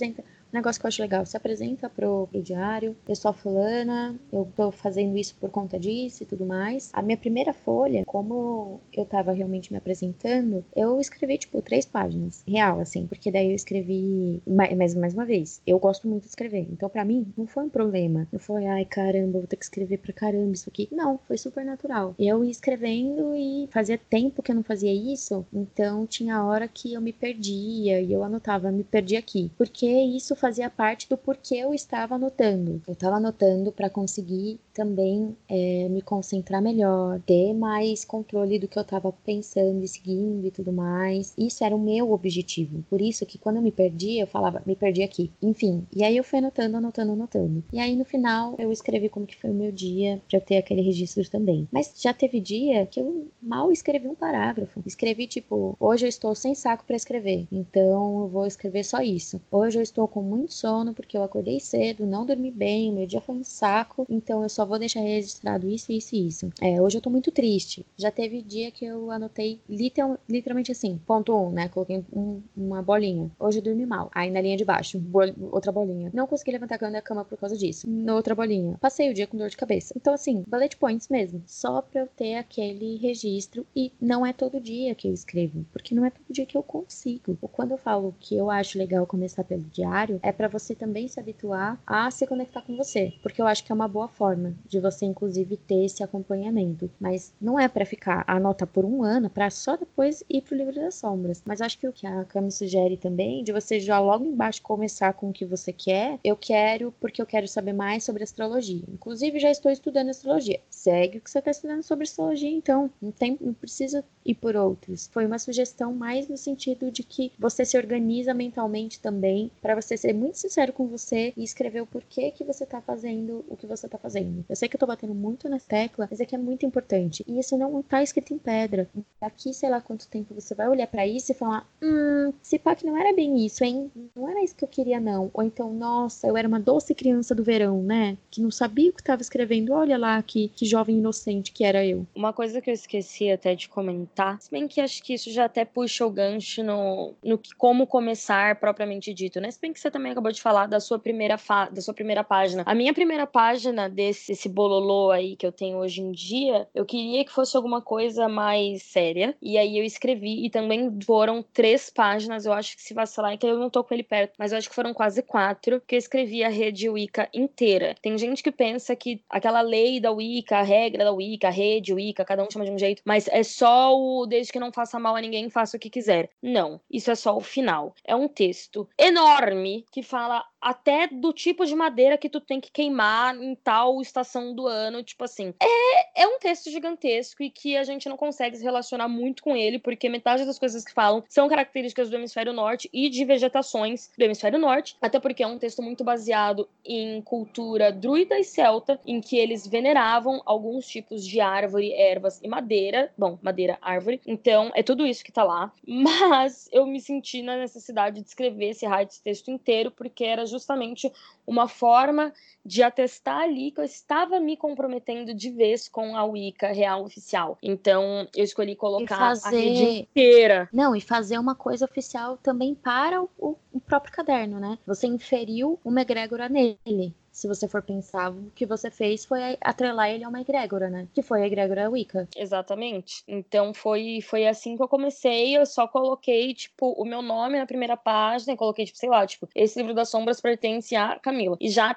negócio que eu acho legal, se apresenta pro, pro diário, eu sou a fulana, eu tô fazendo isso por conta disso e tudo mais. A minha primeira folha, como eu tava realmente me apresentando, eu escrevi, tipo, três páginas, real, assim, porque daí eu escrevi, mais, mais uma vez, eu gosto muito de escrever, então pra mim, não foi um problema, não foi, ai, caramba, vou ter que escrever pra caramba isso aqui, não, foi super natural. Eu ia escrevendo e fazia tempo que eu não fazia isso, então tinha hora que eu me perdia e eu anotava, me perdi aqui, porque isso fazia parte do porquê eu estava anotando. Eu estava anotando para conseguir também é, me concentrar melhor, ter mais controle do que eu estava pensando e seguindo e tudo mais. Isso era o meu objetivo. Por isso que quando eu me perdi, eu falava, me perdi aqui. Enfim, e aí eu fui anotando, anotando, anotando. E aí no final eu escrevi como que foi o meu dia, para eu ter aquele registro também. Mas já teve dia que eu mal escrevi um parágrafo. Escrevi tipo, hoje eu estou sem saco para escrever, então eu vou escrever só isso. Hoje eu estou com muito sono porque eu acordei cedo, não dormi bem, meu dia foi um saco, então eu só vou deixar registrado isso, isso e isso. É, hoje eu tô muito triste. Já teve dia que eu anotei literal, literalmente assim, ponto um, né? Coloquei um, uma bolinha. Hoje eu dormi mal. Aí na linha de baixo, bol outra bolinha. Não consegui levantar da cama por causa disso. Na outra bolinha. Passei o dia com dor de cabeça. Então assim, bullet points mesmo. Só pra eu ter aquele registro. E não é todo dia que eu escrevo. Porque não é todo dia que eu consigo. Ou quando eu falo que eu acho legal começar pelo diário, é pra você também se habituar a se conectar com você. Porque eu acho que é uma boa forma de você, inclusive, ter esse acompanhamento. Mas não é pra ficar anotar por um ano, pra só depois ir pro livro das sombras. Mas acho que o que a Cami sugere também, de você já logo embaixo começar com o que você quer, eu quero porque eu quero saber mais sobre astrologia. Inclusive, já estou estudando astrologia. Segue o que você está estudando sobre astrologia, então. Não, tem, não precisa ir por outros. Foi uma sugestão mais no sentido de que você se organiza mentalmente também, para você ser muito sincero com você e escrever o porquê que você tá fazendo o que você tá fazendo. Eu sei que eu tô batendo muito nessa tecla, mas é que é muito importante. E isso não tá escrito em pedra. Daqui, sei lá quanto tempo, você vai olhar para isso e falar, hum, se pá que não era bem isso, hein? Não era isso que eu queria, não. Ou então, nossa, eu era uma doce criança do verão, né? Que não sabia o que tava escrevendo. Olha lá que, que jovem inocente que era eu. Uma coisa que eu esqueci até de comentar, se bem que acho que isso já até puxa o gancho no, no que, como começar propriamente dito, né? Se bem que você também acabou de falar da sua primeira, fa da sua primeira página. A minha primeira página desse esse bololô aí que eu tenho hoje em dia, eu queria que fosse alguma coisa mais séria, e aí eu escrevi, e também foram três páginas, eu acho que se vacilar, é que eu não tô com ele perto, mas eu acho que foram quase quatro, que eu escrevi a rede Wicca inteira. Tem gente que pensa que aquela lei da Wicca, a regra da Wicca, a rede Wicca, cada um chama de um jeito, mas é só o desde que não faça mal a ninguém, faça o que quiser. Não, isso é só o final. É um texto enorme que fala até do tipo de madeira que tu tem que queimar em tal estação do ano, tipo assim. É, é um texto gigantesco e que a gente não consegue se relacionar muito com ele, porque metade das coisas que falam são características do hemisfério norte e de vegetações do hemisfério norte, até porque é um texto muito baseado em cultura druida e celta, em que eles veneravam alguns tipos de árvore, ervas e madeira. Bom, madeira, árvore. Então, é tudo isso que tá lá. Mas eu me senti na necessidade de escrever esse raio de texto inteiro, porque era justamente uma forma de atestar ali que eu estava me comprometendo de vez com a Wicca real oficial. Então, eu escolhi colocar fazer... a rede inteira. Não, e fazer uma coisa oficial também para o, o próprio caderno, né? Você inferiu uma egrégora nele. Se você for pensar, o que você fez foi atrelar ele a uma egrégora, né? Que foi a egrégora Wicca. Exatamente. Então foi, foi assim que eu comecei. Eu só coloquei, tipo, o meu nome na primeira página. E coloquei, tipo, sei lá, tipo, esse livro das sombras pertence a Camila. E já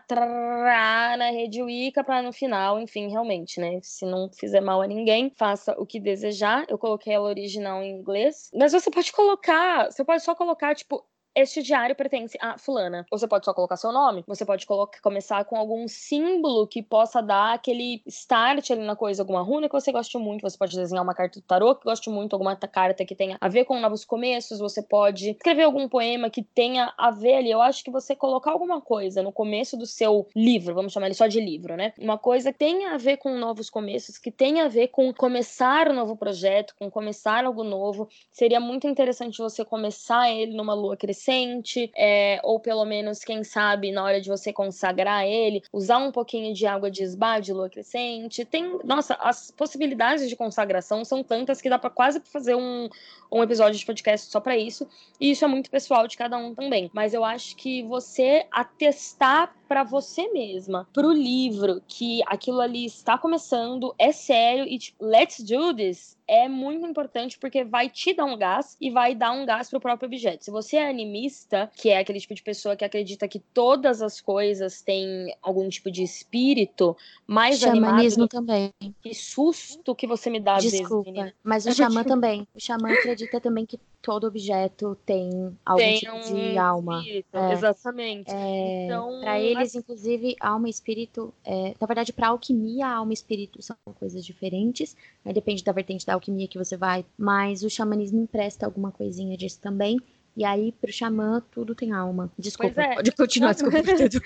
trá na rede Wicca pra no final, enfim, realmente, né? Se não fizer mal a ninguém, faça o que desejar. Eu coloquei ela original em inglês. Mas você pode colocar, você pode só colocar, tipo, este diário pertence a fulana. Você pode só colocar seu nome. Você pode colocar, começar com algum símbolo que possa dar aquele start ali na coisa, alguma runa que você goste muito. Você pode desenhar uma carta do tarô que goste muito, alguma carta que tenha a ver com novos começos. Você pode escrever algum poema que tenha a ver ali. Eu acho que você colocar alguma coisa no começo do seu livro, vamos chamar ele só de livro, né? Uma coisa que tenha a ver com novos começos, que tenha a ver com começar um novo projeto, com começar algo novo. Seria muito interessante você começar ele numa lua crescente, crescente, é, ou pelo menos, quem sabe, na hora de você consagrar ele, usar um pouquinho de água de esbá, de lua crescente. Tem, nossa, as possibilidades de consagração são tantas que dá pra quase fazer um, um episódio de podcast só pra isso, e isso é muito pessoal de cada um também. Mas eu acho que você atestar pra você mesma, pro livro, que aquilo ali está começando, é sério, e tipo, let's do this, é muito importante porque vai te dar um gás e vai dar um gás pro próprio objeto. Se você é animista, que é aquele tipo de pessoa que acredita que todas as coisas têm algum tipo de espírito, mais Xamanismo animado... também. Que susto que você me dá às vezes, menina. Desculpa, mas o xamã também. O xamã acredita também que todo objeto tem algum Tem tipo de um alma. espírito, É, exatamente. é, Então, para eles, inclusive, alma e espírito, é, na verdade, para alquimia, alma e espírito são coisas diferentes. Aí depende da vertente da alquimia que você vai. Mas o xamanismo empresta alguma coisinha disso também. E aí, pro xamã, tudo tem alma. Desculpa, Pois é. pode continuar, desculpa por tudo.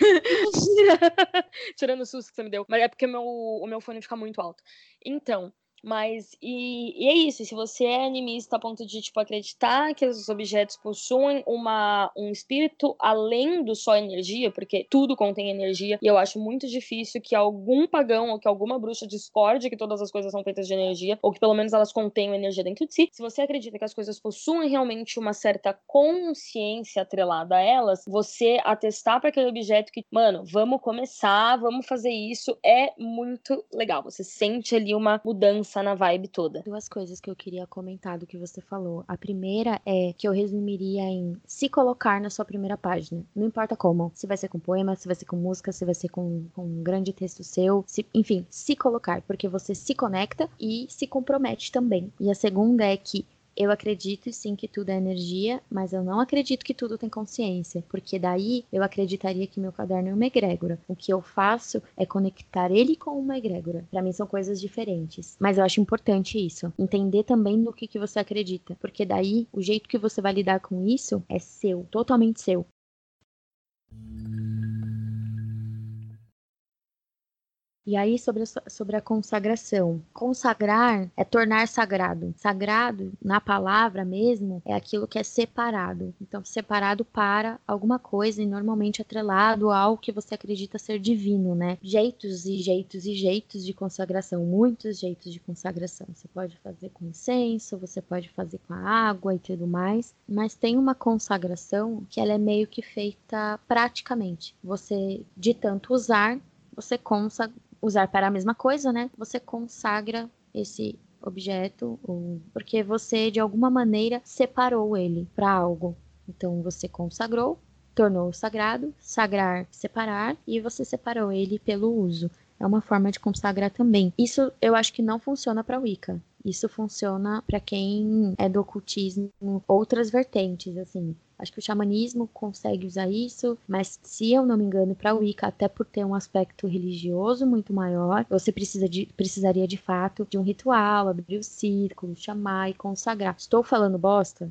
Tirando o susto que você me deu. Mas é porque o meu, o meu fone fica muito alto. Então, mas... E, e é isso. Se você é animista a ponto de, tipo, acreditar que os objetos possuem uma, um espírito além do só energia, porque tudo contém energia, e eu acho muito difícil que algum pagão ou que alguma bruxa discorde que todas as coisas são feitas de energia, ou que pelo menos elas contenham energia dentro de si. Se você acredita que as coisas possuem realmente uma certa consciência atrelada a elas, você atestar para aquele objeto que, mano, vamos começar, vamos fazer isso, é muito legal. Você sente ali uma mudança na vibe toda. Duas coisas que eu queria comentar do que você falou. A primeira é que eu resumiria em se colocar na sua primeira página. Não importa como. Se vai ser com poema, se vai ser com música, se vai ser com, com um grande texto seu. Se, enfim, se colocar. Porque você se conecta e se compromete também. E a segunda é que eu acredito sim que tudo é energia, mas eu não acredito que tudo tem consciência, porque daí eu acreditaria que meu caderno é uma egrégora. O que eu faço é conectar ele com uma egrégora. Para mim são coisas diferentes, mas eu acho importante isso, entender também no que, que você acredita, porque daí o jeito que você vai lidar com isso é seu, totalmente seu. E aí, sobre a, sobre a consagração. Consagrar é tornar sagrado. Sagrado, na palavra mesmo, é aquilo que é separado. Então, separado para alguma coisa e normalmente atrelado ao que você acredita ser divino, né? Jeitos e jeitos e jeitos de consagração. Muitos jeitos de consagração. Você pode fazer com incenso, você pode fazer com a água e tudo mais. Mas tem uma consagração que ela é meio que feita praticamente. Você, de tanto usar, você consagra. Usar para a mesma coisa, né? Você consagra esse objeto, ou... porque você, de alguma maneira, separou ele para algo. Então, você consagrou, tornou sagrado, sagrar, separar, e você separou ele pelo uso. É uma forma de consagrar também. Isso eu acho que não funciona para Wicca. Isso funciona para quem é do ocultismo, outras vertentes, assim. Acho que o xamanismo consegue usar isso, mas se eu não me engano, para o Wicca, até por ter um aspecto religioso muito maior, você precisa de, precisaria de fato de um ritual, abrir o círculo, chamar e consagrar. Estou falando bosta?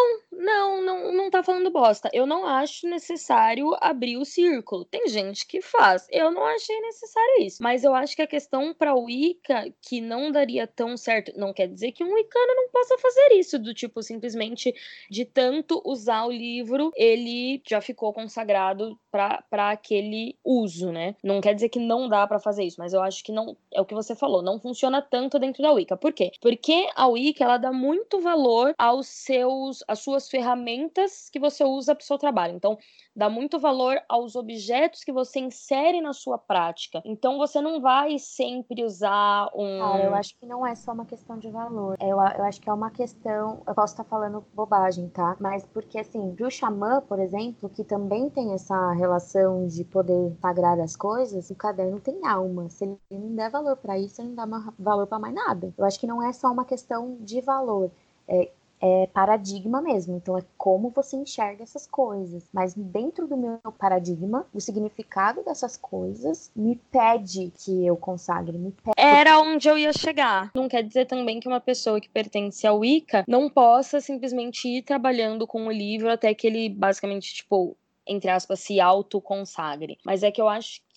Não, não, não tá falando bosta. Eu não acho necessário abrir o círculo. Tem gente que faz. Eu não achei necessário isso. Mas eu acho que a questão pra Wicca, que não daria tão certo, não quer dizer que um Wiccano não possa fazer isso, do tipo, simplesmente de tanto usar o livro, ele já ficou consagrado pra, pra aquele uso, né? Não quer dizer que não dá pra fazer isso, mas eu acho que não, é o que você falou, não funciona tanto dentro da Wicca. Por quê? Porque a Wicca, ela dá muito valor aos seus, às suas ferramentas que você usa para o seu trabalho. Então, dá muito valor aos objetos que você insere na sua prática. Então, você não vai sempre usar um... Cara, eu acho que não é só uma questão de valor. Eu, eu acho que é uma questão... Eu posso estar falando bobagem, tá? Mas porque, assim, pro xamã, por exemplo, que também tem essa relação de poder sagrar as coisas, o caderno tem alma. Se ele não der valor para isso, ele não dá valor para mais nada. Eu acho que não é só uma questão de valor. É, é paradigma mesmo, então é como você enxerga essas coisas. Mas dentro do meu paradigma, o significado dessas coisas me pede que eu consagre, me pede. Era onde eu ia chegar. Não quer dizer também que uma pessoa que pertence ao Wicca não possa simplesmente ir trabalhando com o livro até que ele basicamente, tipo, entre aspas, se autoconsagre. Mas é que eu acho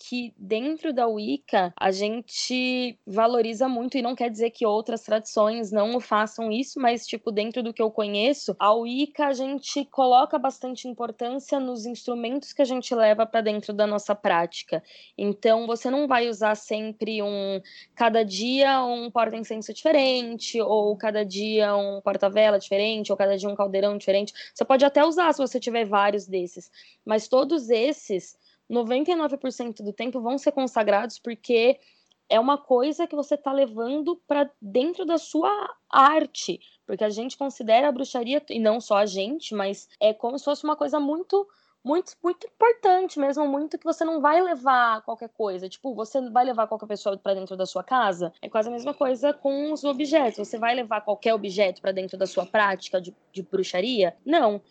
que dentro da Wicca a gente valoriza muito, e não quer dizer que outras tradições não façam isso, mas tipo, dentro do que eu conheço, a Wicca a gente coloca bastante importância nos instrumentos que a gente leva para dentro da nossa prática. Então você não vai usar sempre um, cada dia um porta-incenso diferente, ou cada dia um porta-vela diferente, ou cada dia um caldeirão diferente. Você pode até usar se você tiver vários desses, mas todos esses, noventa e nove por cento do tempo vão ser consagrados, porque é uma coisa que você está levando para dentro da sua arte, porque a gente considera a bruxaria, e não só a gente, mas é como se fosse uma coisa muito, muito, muito importante mesmo, muito que você não vai levar qualquer coisa, tipo, você vai levar qualquer pessoa para dentro da sua casa, é quase a mesma coisa com os objetos, você vai levar qualquer objeto para dentro da sua prática de, de bruxaria? Não.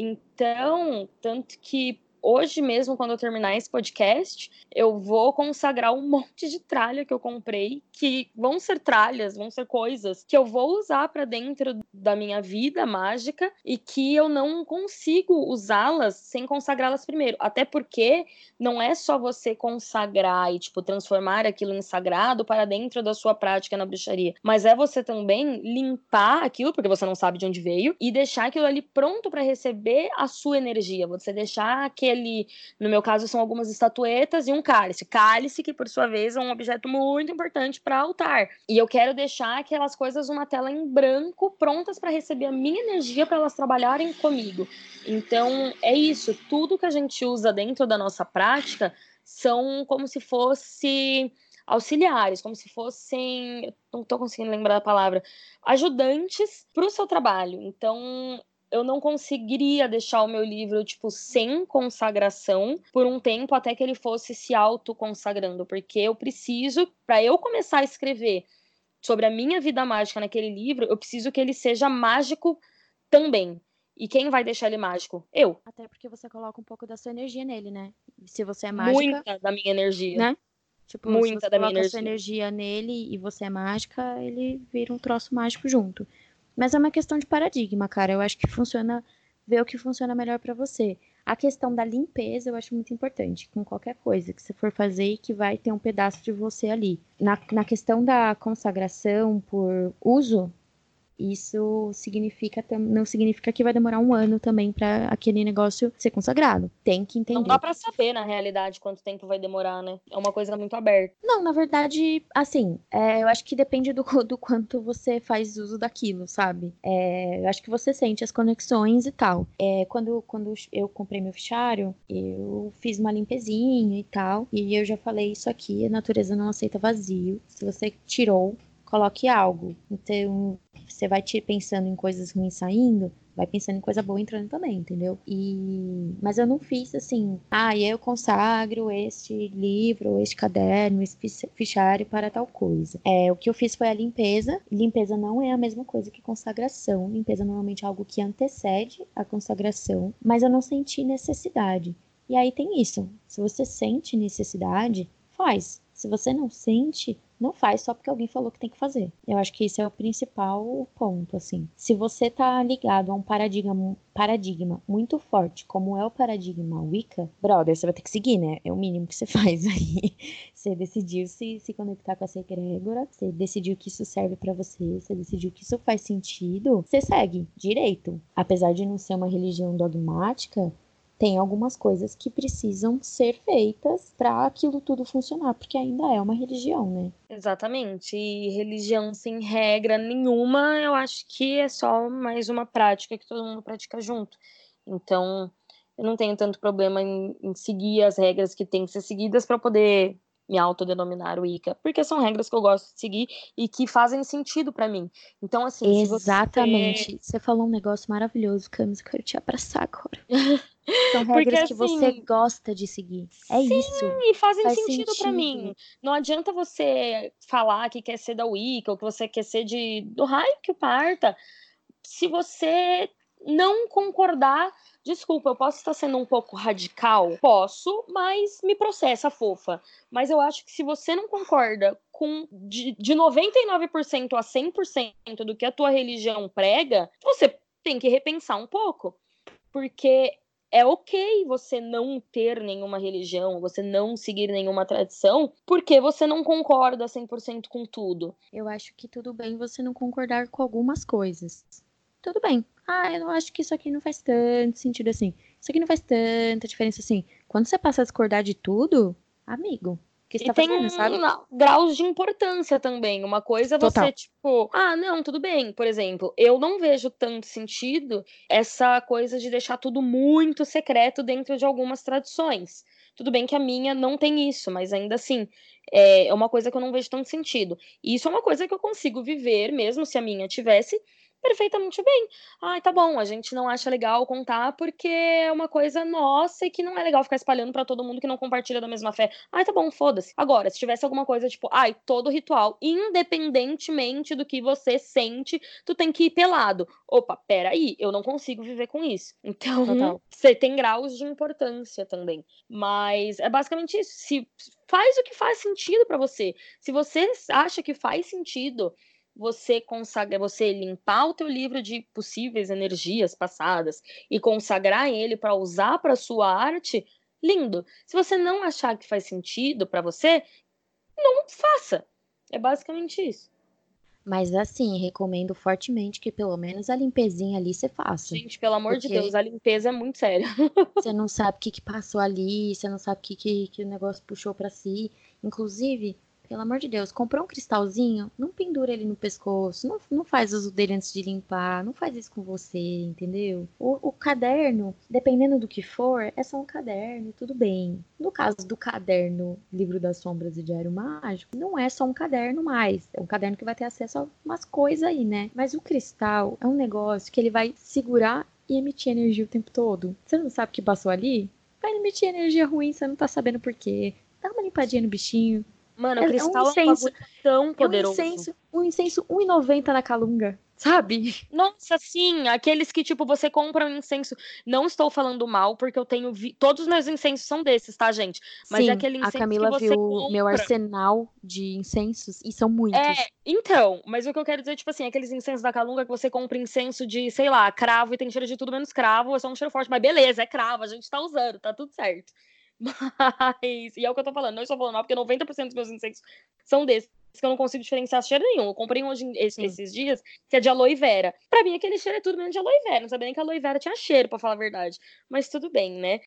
Então, tanto que hoje mesmo, quando eu terminar esse podcast, eu vou consagrar um monte de tralha que eu comprei, que vão ser tralhas, vão ser coisas que eu vou usar para dentro da minha vida mágica e que eu não consigo usá-las sem consagrá-las primeiro. Até porque não é só você consagrar e, tipo, transformar aquilo em sagrado para dentro da sua prática na bruxaria, mas é você também limpar aquilo, porque você não sabe de onde veio, e deixar aquilo ali pronto para receber a sua energia. Você deixar aquele ali, no meu caso são algumas estatuetas e um cálice, cálice que por sua vez é um objeto muito importante para altar, e eu quero deixar aquelas coisas numa tela em branco, prontas para receber a minha energia, para elas trabalharem comigo. Então é isso, tudo que a gente usa dentro da nossa prática são como se fosse auxiliares, como se fossem, não estou conseguindo lembrar a palavra, ajudantes para o seu trabalho. Então eu não conseguiria deixar o meu livro, tipo, sem consagração por um tempo até que ele fosse se autoconsagrando, porque eu preciso, para eu começar a escrever sobre a minha vida mágica naquele livro, eu preciso que ele seja mágico também. E quem vai deixar ele mágico? Eu. Até porque você coloca um pouco da sua energia nele, né? Se você é mágica, Muita da minha energia. né? Tipo, se Muita você da minha coloca a sua energia. energia nele e você é mágica, ele vira um troço mágico junto. Mas é uma questão de paradigma, cara. Eu acho que funciona, ver o que funciona melhor pra você. A questão da limpeza eu acho muito importante, com qualquer coisa que você for fazer e que vai ter um pedaço de você ali. Na, na questão da consagração por uso, isso significa, não significa que vai demorar um ano também para aquele negócio ser consagrado. Tem que entender. Não dá pra saber, na realidade, quanto tempo vai demorar, né? É uma coisa muito aberta. Não, na verdade, assim, é, eu acho que depende do, do quanto você faz uso daquilo, sabe? É, eu acho que você sente as conexões e tal. É, quando, quando eu comprei meu fichário, eu fiz uma limpezinha e tal, e eu já falei isso aqui, a natureza não aceita vazio. Se você tirou, coloque algo. Então, você vai te pensando em coisas ruins saindo, vai pensando em coisa boa entrando também, entendeu? E... Mas eu não fiz assim, ah, eu consagro este livro, este caderno, este fichário para tal coisa. É, o que eu fiz foi a limpeza. Limpeza não é a mesma coisa que consagração. Limpeza normalmente é algo que antecede a consagração, mas eu não senti necessidade. E aí tem isso. Se você sente necessidade, faz. Se você não sente, não faz só porque alguém falou que tem que fazer. Eu acho que esse é o principal ponto, assim. Se você tá ligado a um paradigma, paradigma muito forte, como é o paradigma Wicca, brother, você vai ter que seguir, né? É o mínimo que você faz aí. Você decidiu se, se conectar com essa egrégora, você decidiu que isso serve pra você, você decidiu que isso faz sentido, você segue direito. Apesar de não ser uma religião dogmática, tem algumas coisas que precisam ser feitas para aquilo tudo funcionar, porque ainda é uma religião, né? Exatamente. E religião sem regra nenhuma, eu acho que é só mais uma prática que todo mundo pratica junto. Então, eu não tenho tanto problema em, em seguir as regras que têm que ser seguidas para poder me autodenominar Wicca, porque são regras que eu gosto de seguir e que fazem sentido para mim. Então, assim, se você... Exatamente. Você falou um negócio maravilhoso, Camis, eu quero te abraçar agora. São Porque, regras que você assim, gosta de seguir. É sim, isso. e fazem Faz sentido pra sentido. mim. Não adianta você falar que quer ser da Wicca ou que você quer ser de do raio que o parta, se você não concordar. Desculpa, eu posso estar sendo um pouco radical? Posso, mas me processa, fofa. Mas eu acho que se você não concorda com de, de noventa e nove por cento a cem por cento do que a tua religião prega, você tem que repensar um pouco. Porque é ok você não ter nenhuma religião, você não seguir nenhuma tradição, porque você não concorda cem por cento com tudo. Eu acho que tudo bem você não concordar com algumas coisas. Tudo bem. Ah, eu não acho que isso aqui não faz tanto sentido assim. Isso aqui não faz tanta diferença assim. Quando você passa a discordar de tudo, amigo, o que você E tá tem fazendo, sabe? graus de importância também. Uma coisa é você, Total. tipo, ah, não, tudo bem. Por exemplo, eu não vejo tanto sentido essa coisa de deixar tudo muito secreto dentro de algumas tradições. Tudo bem que a minha não tem isso, mas ainda assim, é uma coisa que eu não vejo tanto sentido. E isso é uma coisa que eu consigo viver, mesmo se a minha tivesse, perfeitamente bem. Ai, tá bom, a gente não acha legal contar porque é uma coisa nossa e que não é legal ficar espalhando pra todo mundo que não compartilha da mesma fé. Ai, tá bom, foda-se. Agora, se tivesse alguma coisa tipo, ai, todo ritual, independentemente do que você sente, tu tem que ir pelado. Opa, peraí, eu não consigo viver com isso. Então, Total. você tem graus de importância também. Mas é basicamente isso. Se faz o que faz sentido pra você. Se você acha que faz sentido você consagra, você limpar o teu livro de possíveis energias passadas e consagrar ele para usar para sua arte, lindo. Se você não achar que faz sentido para você, não faça. É basicamente isso. Mas assim, recomendo fortemente que pelo menos a limpezinha ali você faça. Gente, pelo amor de Porque Deus, a limpeza é muito séria. você não sabe o que, que passou ali, você não sabe o que, que, que o negócio puxou pra si. Inclusive, pelo amor de Deus, comprou um cristalzinho, não pendura ele no pescoço, não, não faz uso dele antes de limpar, não faz isso com você, entendeu? O, o caderno, dependendo do que for, é só um caderno, tudo bem. No caso do caderno Livro das Sombras e Diário Mágico, não é só um caderno mais, é um caderno que vai ter acesso a umas coisas aí, né? Mas o cristal é um negócio que ele vai segurar e emitir energia o tempo todo. Você não sabe o que passou ali? Vai emitir energia ruim, você não tá sabendo por quê. Dá uma limpadinha no bichinho. Mano, o É, é um cristal é um incenso. bagulho tão É um poderoso. incenso. Um incenso um e noventa na calunga. Sabe? Nossa, sim, aqueles que, tipo, você compra um incenso. Não estou falando mal, porque eu tenho. Vi... Todos os meus incensos são desses, tá, gente? Mas é Sim, aquele a incenso que Camila você viu meu compra. arsenal de incensos e são É, muitos. então, mas o que eu quero dizer, tipo assim, aqueles incensos da Calunga que você compra incenso de, sei lá, cravo e tem cheiro de tudo menos cravo, é só um cheiro forte, mas beleza, é cravo, a gente tá usando, tá tudo certo. Mas, e é o que eu tô falando, não estou falando mal, porque noventa por cento dos meus incensos são desses, que eu não consigo diferenciar cheiro nenhum. Eu comprei um hoje, Sim. esses dias, que é de aloe vera. Pra mim, aquele cheiro é tudo menos de aloe vera, não sabia nem que a aloe vera tinha cheiro, pra falar a verdade. Mas tudo bem, né?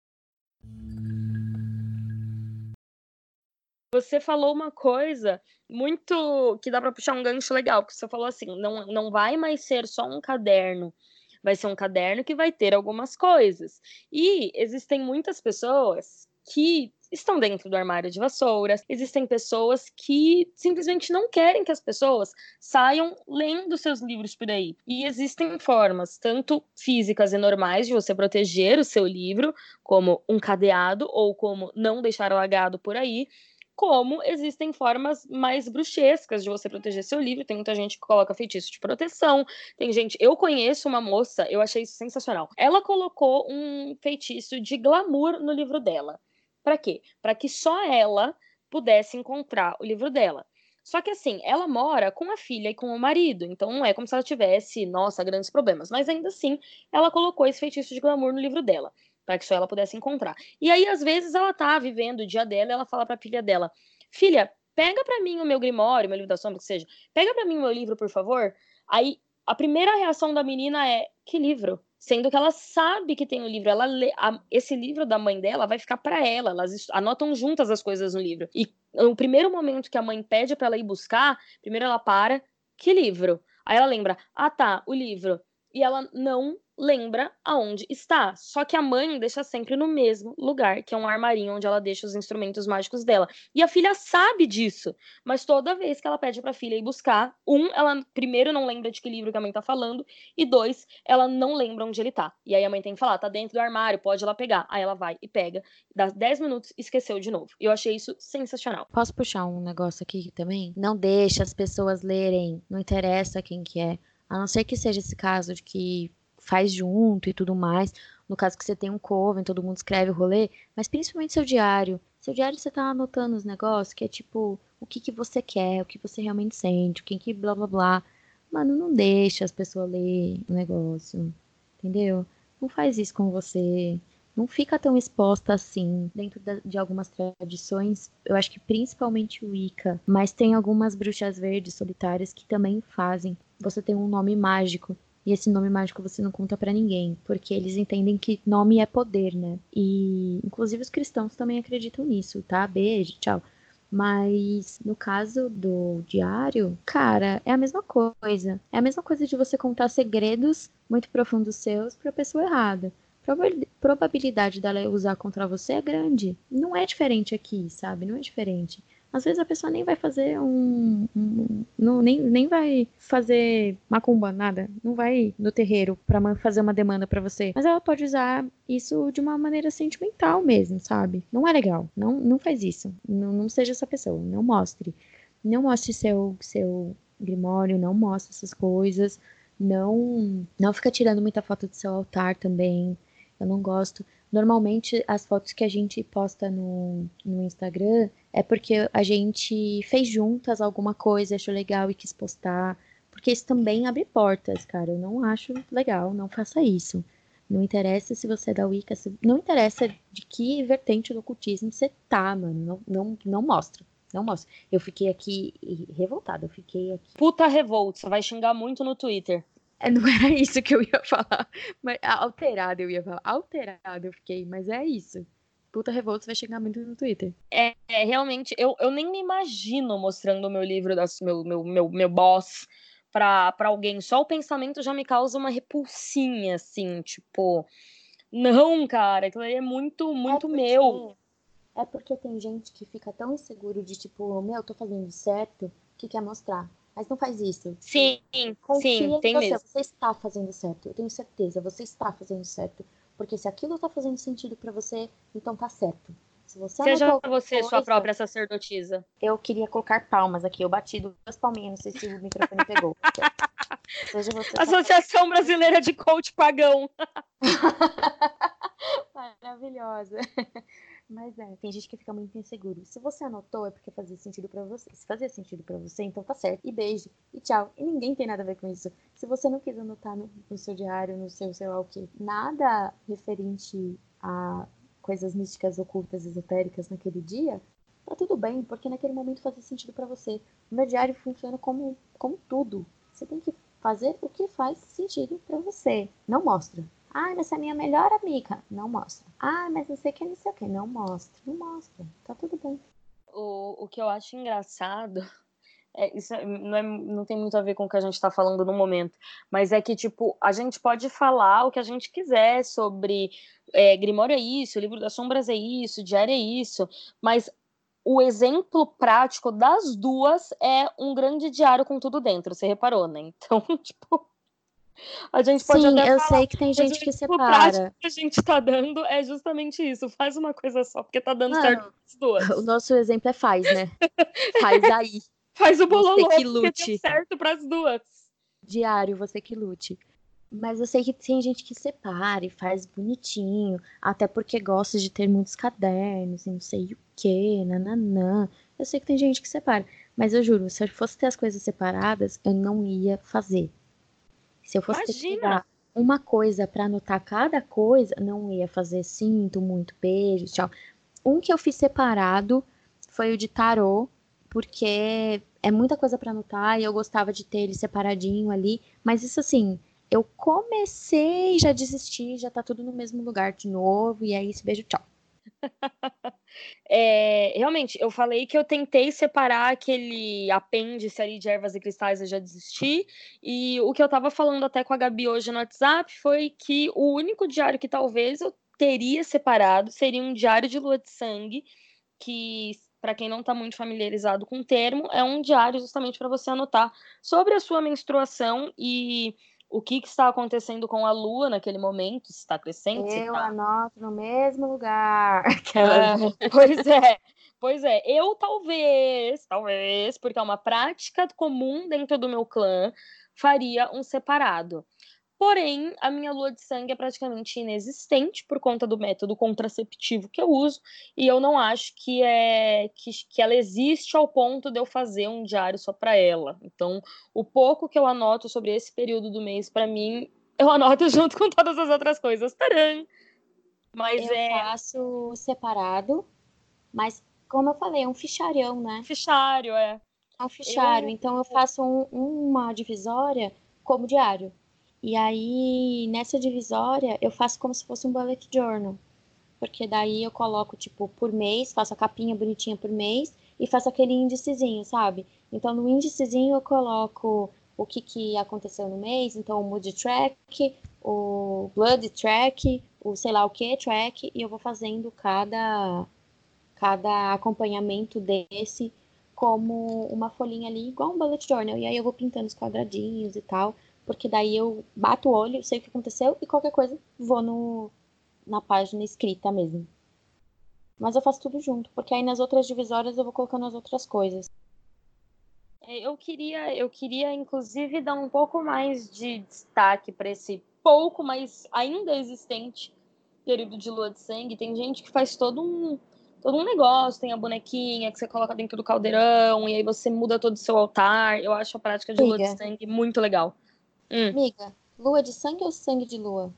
Você falou uma coisa muito que dá para puxar um gancho legal, porque você falou assim, não, não vai mais ser só um caderno, vai ser um caderno que vai ter algumas coisas. E existem muitas pessoas que estão dentro do armário de vassouras, existem pessoas que simplesmente não querem que as pessoas saiam lendo seus livros por aí. E existem formas, tanto físicas e normais, de você proteger o seu livro, como um cadeado ou como não deixar largado por aí, como existem formas mais bruxescas de você proteger seu livro. Tem muita gente que coloca feitiço de proteção. Tem gente. Eu conheço uma moça, eu achei isso sensacional. Ela colocou um feitiço de glamour no livro dela. Pra quê? Pra que só ela pudesse encontrar o livro dela. Só que assim, ela mora com a filha e com o marido, então não é como se ela tivesse, nossa, grandes problemas. Mas ainda assim, ela colocou esse feitiço de glamour no livro dela, para que só ela pudesse encontrar. E aí, às vezes, ela tá vivendo o dia dela e ela fala pra filha dela: Filha, pega pra mim o meu grimório, meu livro da sombra, que seja, pega pra mim o meu livro, por favor. Aí, a primeira reação da menina é: Que livro? Sendo que ela sabe que tem o livro, ela lê, a, esse livro da mãe dela vai ficar para ela, elas anotam juntas as coisas no livro. E no primeiro momento que a mãe pede para ela ir buscar, primeiro ela para: Que livro? Aí ela lembra: Ah, tá, o livro. E ela não lembra aonde está. Só que a mãe deixa sempre no mesmo lugar, que é um armarinho onde ela deixa os instrumentos mágicos dela. E a filha sabe disso, mas toda vez que ela pede pra filha ir buscar, um, ela primeiro não lembra de que livro que a mãe tá falando, e dois, ela não lembra onde ele tá. E aí a mãe tem que falar: Tá dentro do armário, pode ir lá pegar. Aí ela vai e pega, dá dez minutos, esqueceu de novo. E eu achei isso sensacional. Posso puxar um negócio aqui também? Não deixa as pessoas lerem, não interessa quem que é. A não ser que seja esse caso de que faz junto e tudo mais. No caso que você tem um coven, todo mundo escreve o rolê, mas principalmente seu diário. Seu diário você tá anotando os negócios que é tipo o que que você quer, o que você realmente sente, o que que blá blá blá. Mano, não deixa as pessoas lerem o negócio, entendeu? não faz isso com você. Não fica tão exposta assim dentro da- de algumas tradições. Eu acho que principalmente o Wicca, mas tem algumas bruxas verdes solitárias que também fazem. Você tem um nome mágico. E esse nome mágico você não conta pra ninguém, porque eles entendem que nome é poder, né? E inclusive os cristãos também acreditam nisso, tá? Beijo, tchau. Mas no caso do diário, cara, é a mesma coisa. É a mesma coisa de você contar segredos muito profundos seus pra pessoa errada. Proba- Probabilidade dela usar contra você é grande. Não é diferente aqui, sabe? Não é diferente. Às vezes a pessoa nem vai fazer um. um- não, nem, nem vai fazer macumba, nada. Não vai no terreiro pra ma- fazer uma demanda pra você. Mas ela pode usar isso de uma maneira sentimental mesmo, sabe? Não é legal. Não, não faz isso. Não, não seja essa pessoa. Não mostre. Não mostre seu, seu grimório, não mostre essas coisas. Não, não fica tirando muita foto do seu altar também. Eu não gosto. Normalmente, as fotos que a gente posta no, no Instagram é porque a gente fez juntas alguma coisa, achou legal e quis postar. Porque isso também abre portas, cara. Eu não acho legal, não faça isso. Não interessa se você é da Wicca, se- não interessa de que vertente do ocultismo você tá, mano. Não, não, não mostra. Não mostra. Eu fiquei aqui revoltada, eu fiquei aqui. Puta revolta, você vai xingar muito no Twitter. É, não era isso que eu ia falar. Mas, alterado eu ia falar. Alterado eu fiquei, mas é isso. Puta revolta, você vai chegar muito no Twitter. É, é, realmente, eu, eu nem me imagino mostrando o meu livro, das, meu, meu, meu, meu boss pra, pra alguém. Só o pensamento já me causa uma repulsinha, assim, tipo, não, cara, aquilo aí é muito, É muito meu. porque, é porque tem gente que fica tão inseguro de tipo, meu, eu tô fazendo certo, que quer mostrar. Mas não faz isso. Sim, sim, Confia em tem você, mesmo. você está fazendo certo. Eu tenho certeza, você está fazendo certo. Porque se aquilo tá fazendo sentido pra você, então tá certo. Se você anotou Seja alguma você sua coisa, própria sacerdotisa. eu queria colocar palmas aqui. Eu bati duas palminhas, não sei se o microfone pegou. Seja você sua Associação Brasileira de Coach Pagão. maravilhosa. Mas é, tem gente que fica muito inseguro. Se você anotou, é porque fazia sentido pra você. Se fazia sentido pra você, então tá certo. E beijo, e tchau. E ninguém tem nada a ver com isso. Se você não quis anotar no, no seu diário, no seu sei lá o quê, nada referente a coisas místicas, ocultas, esotéricas naquele dia, tá tudo bem, porque naquele momento fazia sentido pra você. O meu diário funciona como, como tudo. Você tem que fazer o que faz sentido pra você. Não mostra. Ah, mas essa é a minha melhor amiga. Não mostra. Ah, mas não sei o que, não sei o que. Não mostra. Não mostra. Tá tudo bem. O, o que eu acho engraçado é, isso é- não, é- não tem muito a ver com o que a gente tá falando no momento, mas é que, tipo, a gente pode falar o que a gente quiser sobre é, Grimório é isso, Livro das Sombras é isso, Diário é isso, mas o exemplo prático das duas é um grande diário com tudo dentro, você reparou, né? Então, tipo, a gente pode Sim, até eu falar, sei que tem mas o gente que exemplo prático separa. que a gente tá dando é justamente isso, faz uma coisa só, porque tá dando certo Mano, as duas. o nosso exemplo é faz, né? Faz aí. Faz o Você bololô, que porque deu lute. certo pras duas. Diário, você que lute. Mas eu sei que tem gente que separa e faz bonitinho, até porque gosta de ter muitos cadernos e não sei o que, nananã. Eu sei que tem gente que separa, mas eu juro, se eu fosse ter as coisas separadas, eu não ia fazer. Se eu fosse ter que Imagina! pegar uma coisa pra anotar cada coisa, não ia fazer. Sinto muito, beijo, tchau. Um que eu fiz separado foi o de tarô, porque é muita coisa pra anotar e eu gostava de ter ele separadinho ali. Mas isso assim, eu comecei, já desisti, já tá tudo no mesmo lugar de novo. E é isso, beijo, tchau. É, realmente, eu falei que eu tentei separar aquele apêndice ali de ervas e cristais, eu já desisti. E o que eu tava falando até com a Gabi hoje no WhatsApp foi que o único diário que talvez eu teria separado seria um diário de lua de sangue, que, para quem não está muito familiarizado com o termo, é um diário justamente para você anotar sobre a sua menstruação e o que, que está acontecendo com a lua naquele momento, se está crescente, se Eu está. anoto no mesmo lugar. Aquelas. É, pois é, pois é. Eu talvez, talvez, porque é uma prática comum dentro do meu clã, faria um separado. Porém, a minha lua de sangue é praticamente inexistente por conta do método contraceptivo que eu uso, e eu não acho que é que, que ela existe ao ponto de eu fazer um diário só para ela. Então, o pouco que eu anoto sobre esse período do mês, para mim, eu anoto junto com todas as outras coisas. Tcharam! Mas Eu é faço separado, mas como eu falei, é um fichário, né? fichário, é. É um fichário. Eu. Então eu faço um- uma divisória como diário. E aí, nessa divisória, eu faço como se fosse um bullet journal. Porque daí eu coloco, tipo, por mês, faço a capinha bonitinha por mês e faço aquele índicezinho, sabe? Então, no índicezinho eu coloco o que, que aconteceu no mês, então o mood track, o blood track, o sei lá o que track, e eu vou fazendo cada, cada acompanhamento desse como uma folhinha ali, igual um bullet journal. E aí eu vou pintando os quadradinhos e tal, porque daí eu bato o olho, sei o que aconteceu e qualquer coisa vou no, na página escrita mesmo. Mas eu faço tudo junto, porque aí nas outras divisórias eu vou colocando as outras coisas. É, Eu queria, eu queria, inclusive, dar um pouco mais de destaque para esse pouco, mas ainda existente período de lua de sangue. Tem gente que faz todo um, todo um negócio, tem a bonequinha que você coloca dentro do caldeirão, e aí você muda todo o seu altar. Eu acho a prática de lua de Miga, sangue muito legal. Hum, miga, lua de sangue ou sangue de lua?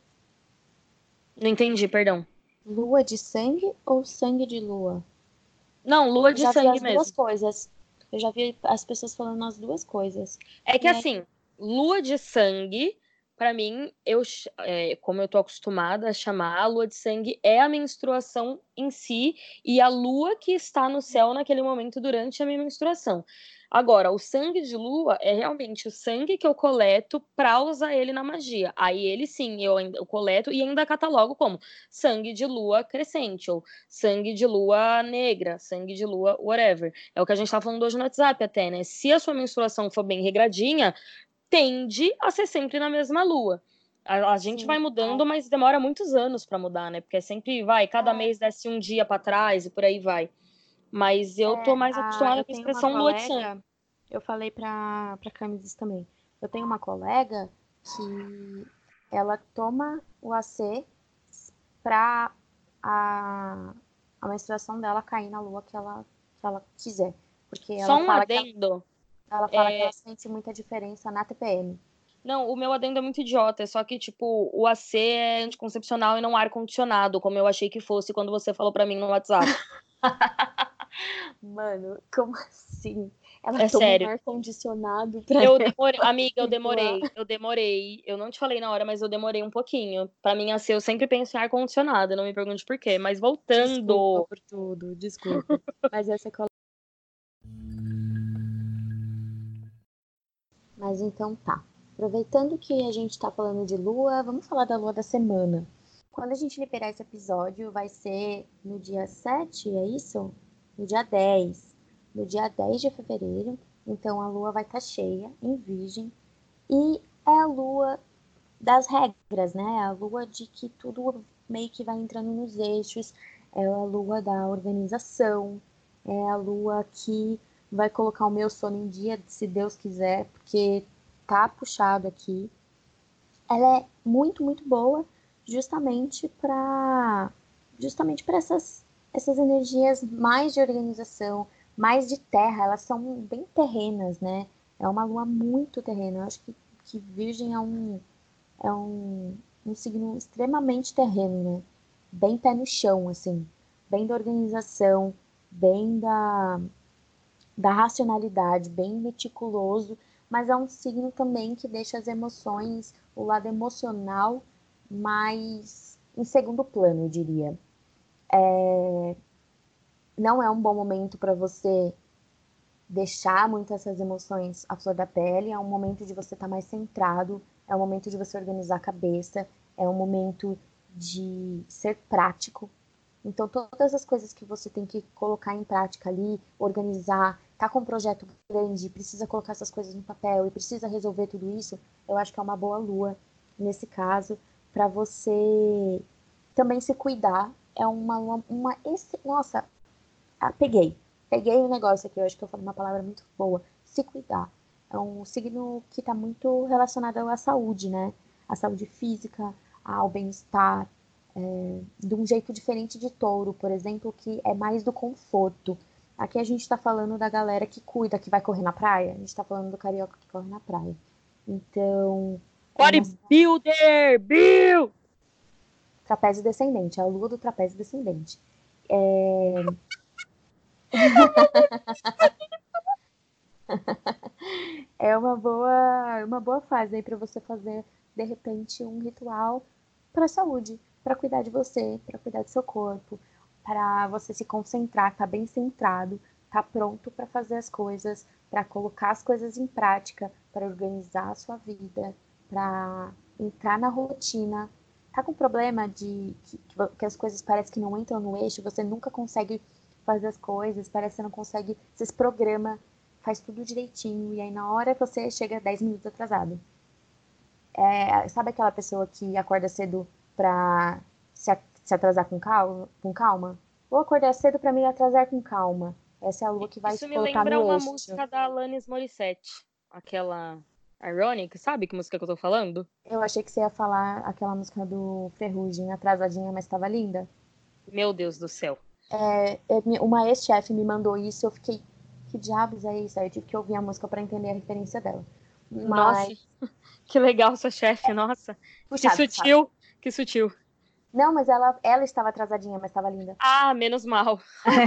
não entendi, perdão. Lua de sangue ou sangue de lua? Não, lua Eu de já vi sangue as duas mesmo. coisas. Eu já vi as pessoas falando as duas coisas. É que E aí, assim, lua de sangue, pra mim, eu, ch- é, como eu tô acostumada a chamar, a lua de sangue é a menstruação em si e a lua que está no céu naquele momento durante a minha menstruação. Agora, o sangue de lua é realmente o sangue que eu coleto pra usar ele na magia. Aí ele sim, eu ainda eu coleto e ainda catalogo como sangue de lua crescente ou sangue de lua negra, sangue de lua whatever. É o que a gente tá falando hoje no WhatsApp até, né? Se a sua menstruação for bem regradinha, tende a ser sempre na mesma lua. A, a gente sim, vai é, mudando, mas demora muitos anos pra mudar, né? Porque é sempre vai, cada é, mês desce um dia pra trás e por aí vai. Mas eu tô é, mais a- acostumada eu com a tenho uma expressão lua de sangue. colega, eu falei pra, pra Camis também. Eu tenho uma colega que ela toma o A C pra a, a menstruação dela cair na lua que ela, que ela quiser. Porque ela Só um fala que ela, adendo. ela fala que ela É, sente muita diferença na T P M. não, o meu adendo é muito idiota, é só que, tipo, o A C é anticoncepcional e não ar-condicionado, como eu achei que fosse quando você falou pra mim no WhatsApp. Mano, como assim? Ela É toma um sério. ar-condicionado pra Eu ela demorei, amiga, eu menstruar. demorei, eu demorei. Eu não te falei na hora, mas eu demorei um pouquinho. Pra mim, assim, eu sempre penso em ar-condicionado, não me pergunte por quê. Mas Desculpa voltando. por tudo, desculpa. Mas essa colega. Mas então tá. Aproveitando que a gente tá falando de lua, vamos falar da lua da semana. Quando a gente liberar esse episódio, vai ser no dia sete, é isso? No dia dez. No dia dez de fevereiro. Então a lua vai estar cheia, em Virgem. E é a lua das regras, né? A lua de que tudo meio que vai entrando nos eixos, é a lua da organização, é a lua que vai colocar o meu sono em dia, se Deus quiser, porque tá puxado aqui. Ela é muito, muito boa, justamente para justamente para essas essas energias mais de organização, mais de terra, elas são bem terrenas, né? É uma lua muito terrena. Eu acho que, que Virgem é um é um, um signo extremamente terreno, né? Bem pé no chão, assim. Bem da organização, bem da, da racionalidade, bem meticuloso, mas é um signo também que deixa as emoções, o lado emocional, mais em segundo plano, eu diria. Não é um bom momento para você deixar muito essas emoções à flor da pele, é um momento de você estar tá mais centrado, é um momento de você organizar a cabeça, é um momento de ser prático. Então, todas as coisas que você tem que colocar em prática ali, organizar, tá com um projeto grande, precisa colocar essas coisas no papel e precisa resolver tudo isso, eu acho que é uma boa lua, nesse caso, para você também se cuidar. É uma, uma, uma nossa, ah, peguei. Peguei o negócio aqui, eu acho que eu falei uma palavra muito boa. Se cuidar. É um signo que está muito relacionado à saúde, né? À saúde física, ao bem-estar, é, de um jeito diferente de touro, por exemplo, que é mais do conforto. Aqui a gente está falando da galera que cuida, que vai correr na praia. A gente está falando do carioca que corre na praia. Então, Bodybuilder! Bill! Trapézio descendente, é a lua do trapézio descendente. É... é uma boa, uma boa fase aí para você fazer, de repente, um ritual para a saúde, para cuidar de você, para cuidar do seu corpo, para você se concentrar, tá bem centrado, tá pronto para fazer as coisas, para colocar as coisas em prática, para organizar a sua vida, para entrar na rotina. Tá com problema de que, que as coisas parecem que não entram no eixo, você nunca consegue fazer as coisas, parece que você não consegue, você se programa, faz tudo direitinho, e aí na hora você chega dez minutos atrasado. É, sabe aquela pessoa que acorda cedo pra se, se atrasar com calma, com calma? Vou acordar cedo pra me atrasar com calma. Essa é a lua que vai Isso te me colocar lembra no uma eixo. música da Alanis Morissette. Aquela Ironic, sabe que música que eu tô falando? Eu achei que você ia falar aquela música do Ferrugem, atrasadinha, mas estava linda. Meu Deus do céu. É, é, uma ex-chefe me mandou isso, eu fiquei, que diabos é isso? Aí eu tive que ouvir a música pra entender a referência dela. Mas... Nossa, que legal sua chefe, nossa. Puxado, que sutil, puxado. que sutil. Não, mas ela, ela estava atrasadinha, mas estava linda. Ah, menos mal.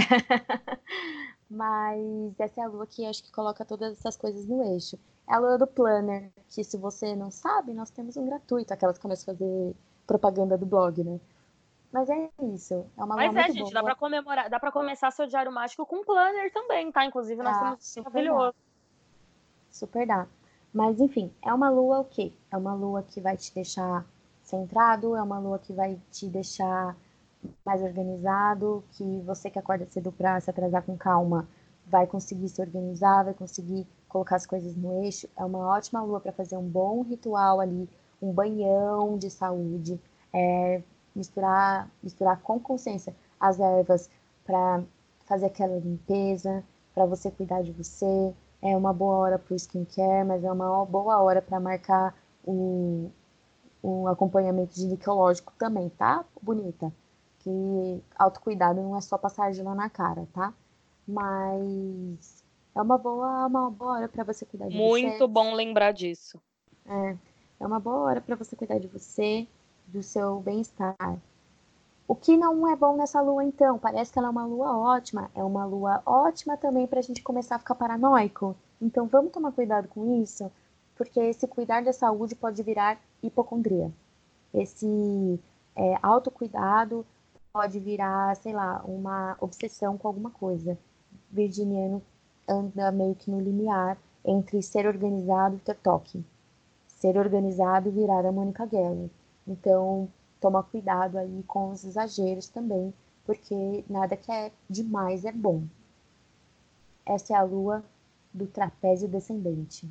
Mas essa é a lua que acho que coloca todas essas coisas no eixo. É a lua do planner, que se você não sabe, nós temos um gratuito, aquelas que começam a fazer propaganda do blog, né? Mas é isso, é uma lua Mas é, muito gente, boa. dá pra comemorar, dá pra começar seu diário mágico com planner também, tá? Inclusive, nós Ah, temos um super maravilhoso. dá. Super dá. Mas enfim, é uma lua o quê? É uma lua que vai te deixar centrado, é uma lua que vai te deixar mais organizado, que você que acorda cedo pra se atrasar com calma vai conseguir se organizar, vai conseguir colocar as coisas no eixo. É uma ótima lua para fazer um bom ritual ali, um banhão de saúde, é, misturar, misturar com consciência as ervas para fazer aquela limpeza, para você cuidar de você. É uma boa hora para o skincare, mas é uma boa hora para marcar o, o acompanhamento ginecológico também, tá, bonita? Que autocuidado não é só passar argila na cara, tá? Mas é uma boa, uma boa hora para você cuidar de você. Muito bom lembrar disso. É, é uma boa hora para você cuidar de você, do seu bem-estar. O que não é bom nessa lua, então? Parece que ela é uma lua ótima. É uma lua ótima também para a gente começar a ficar paranoico. Então vamos tomar cuidado com isso, porque esse cuidar da saúde pode virar hipocondria. Esse é, autocuidado pode virar, sei lá, uma obsessão com alguma coisa. Virginiano anda meio que no limiar entre ser organizado e ter toque. Ser organizado e virar a Mônica Geller. Então, toma cuidado aí com os exageros também, porque nada que é demais é bom. Essa é a lua do trapézio descendente.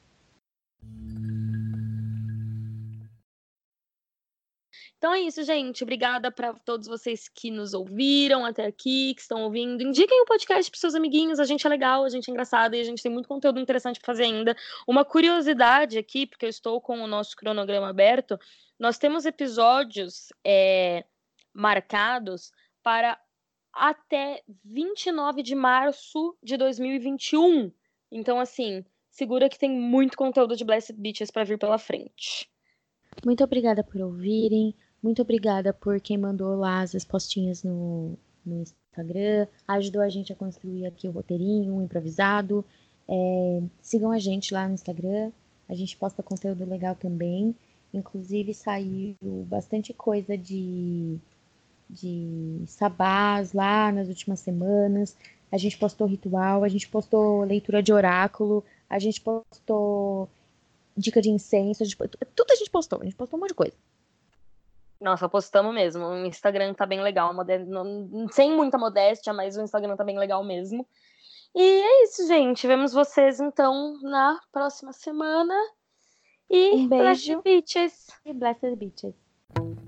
Então é isso, gente. Obrigada para todos vocês que nos ouviram até aqui, que estão ouvindo. Indiquem o podcast para seus amiguinhos. A gente é legal, a gente é engraçado e a gente tem muito conteúdo interessante para fazer ainda. Uma curiosidade aqui, porque eu estou com o nosso cronograma aberto, nós temos episódios é, marcados para até vinte e nove de março de dois mil e vinte e um. Então, assim, segura que tem muito conteúdo de Blessed Beaches para vir pela frente. Muito obrigada por ouvirem. Muito obrigada por quem mandou lá as respostinhas no, no Instagram. Ajudou a gente a construir aqui o roteirinho, um improvisado. É, sigam a gente lá no Instagram. A gente posta conteúdo legal também. Inclusive saiu bastante coisa de, de sabás lá nas últimas semanas. A gente postou ritual, a gente postou leitura de oráculo, a gente postou dica de incenso, a gente, tudo a gente postou, a gente postou um monte de coisa. Nossa, postamos mesmo. O Instagram tá bem legal, não, sem muita modéstia, mas o Instagram tá bem legal mesmo. E é isso, gente. Vemos vocês então na próxima semana. E um beijo Blessed Beaches. e Blessed Beaches.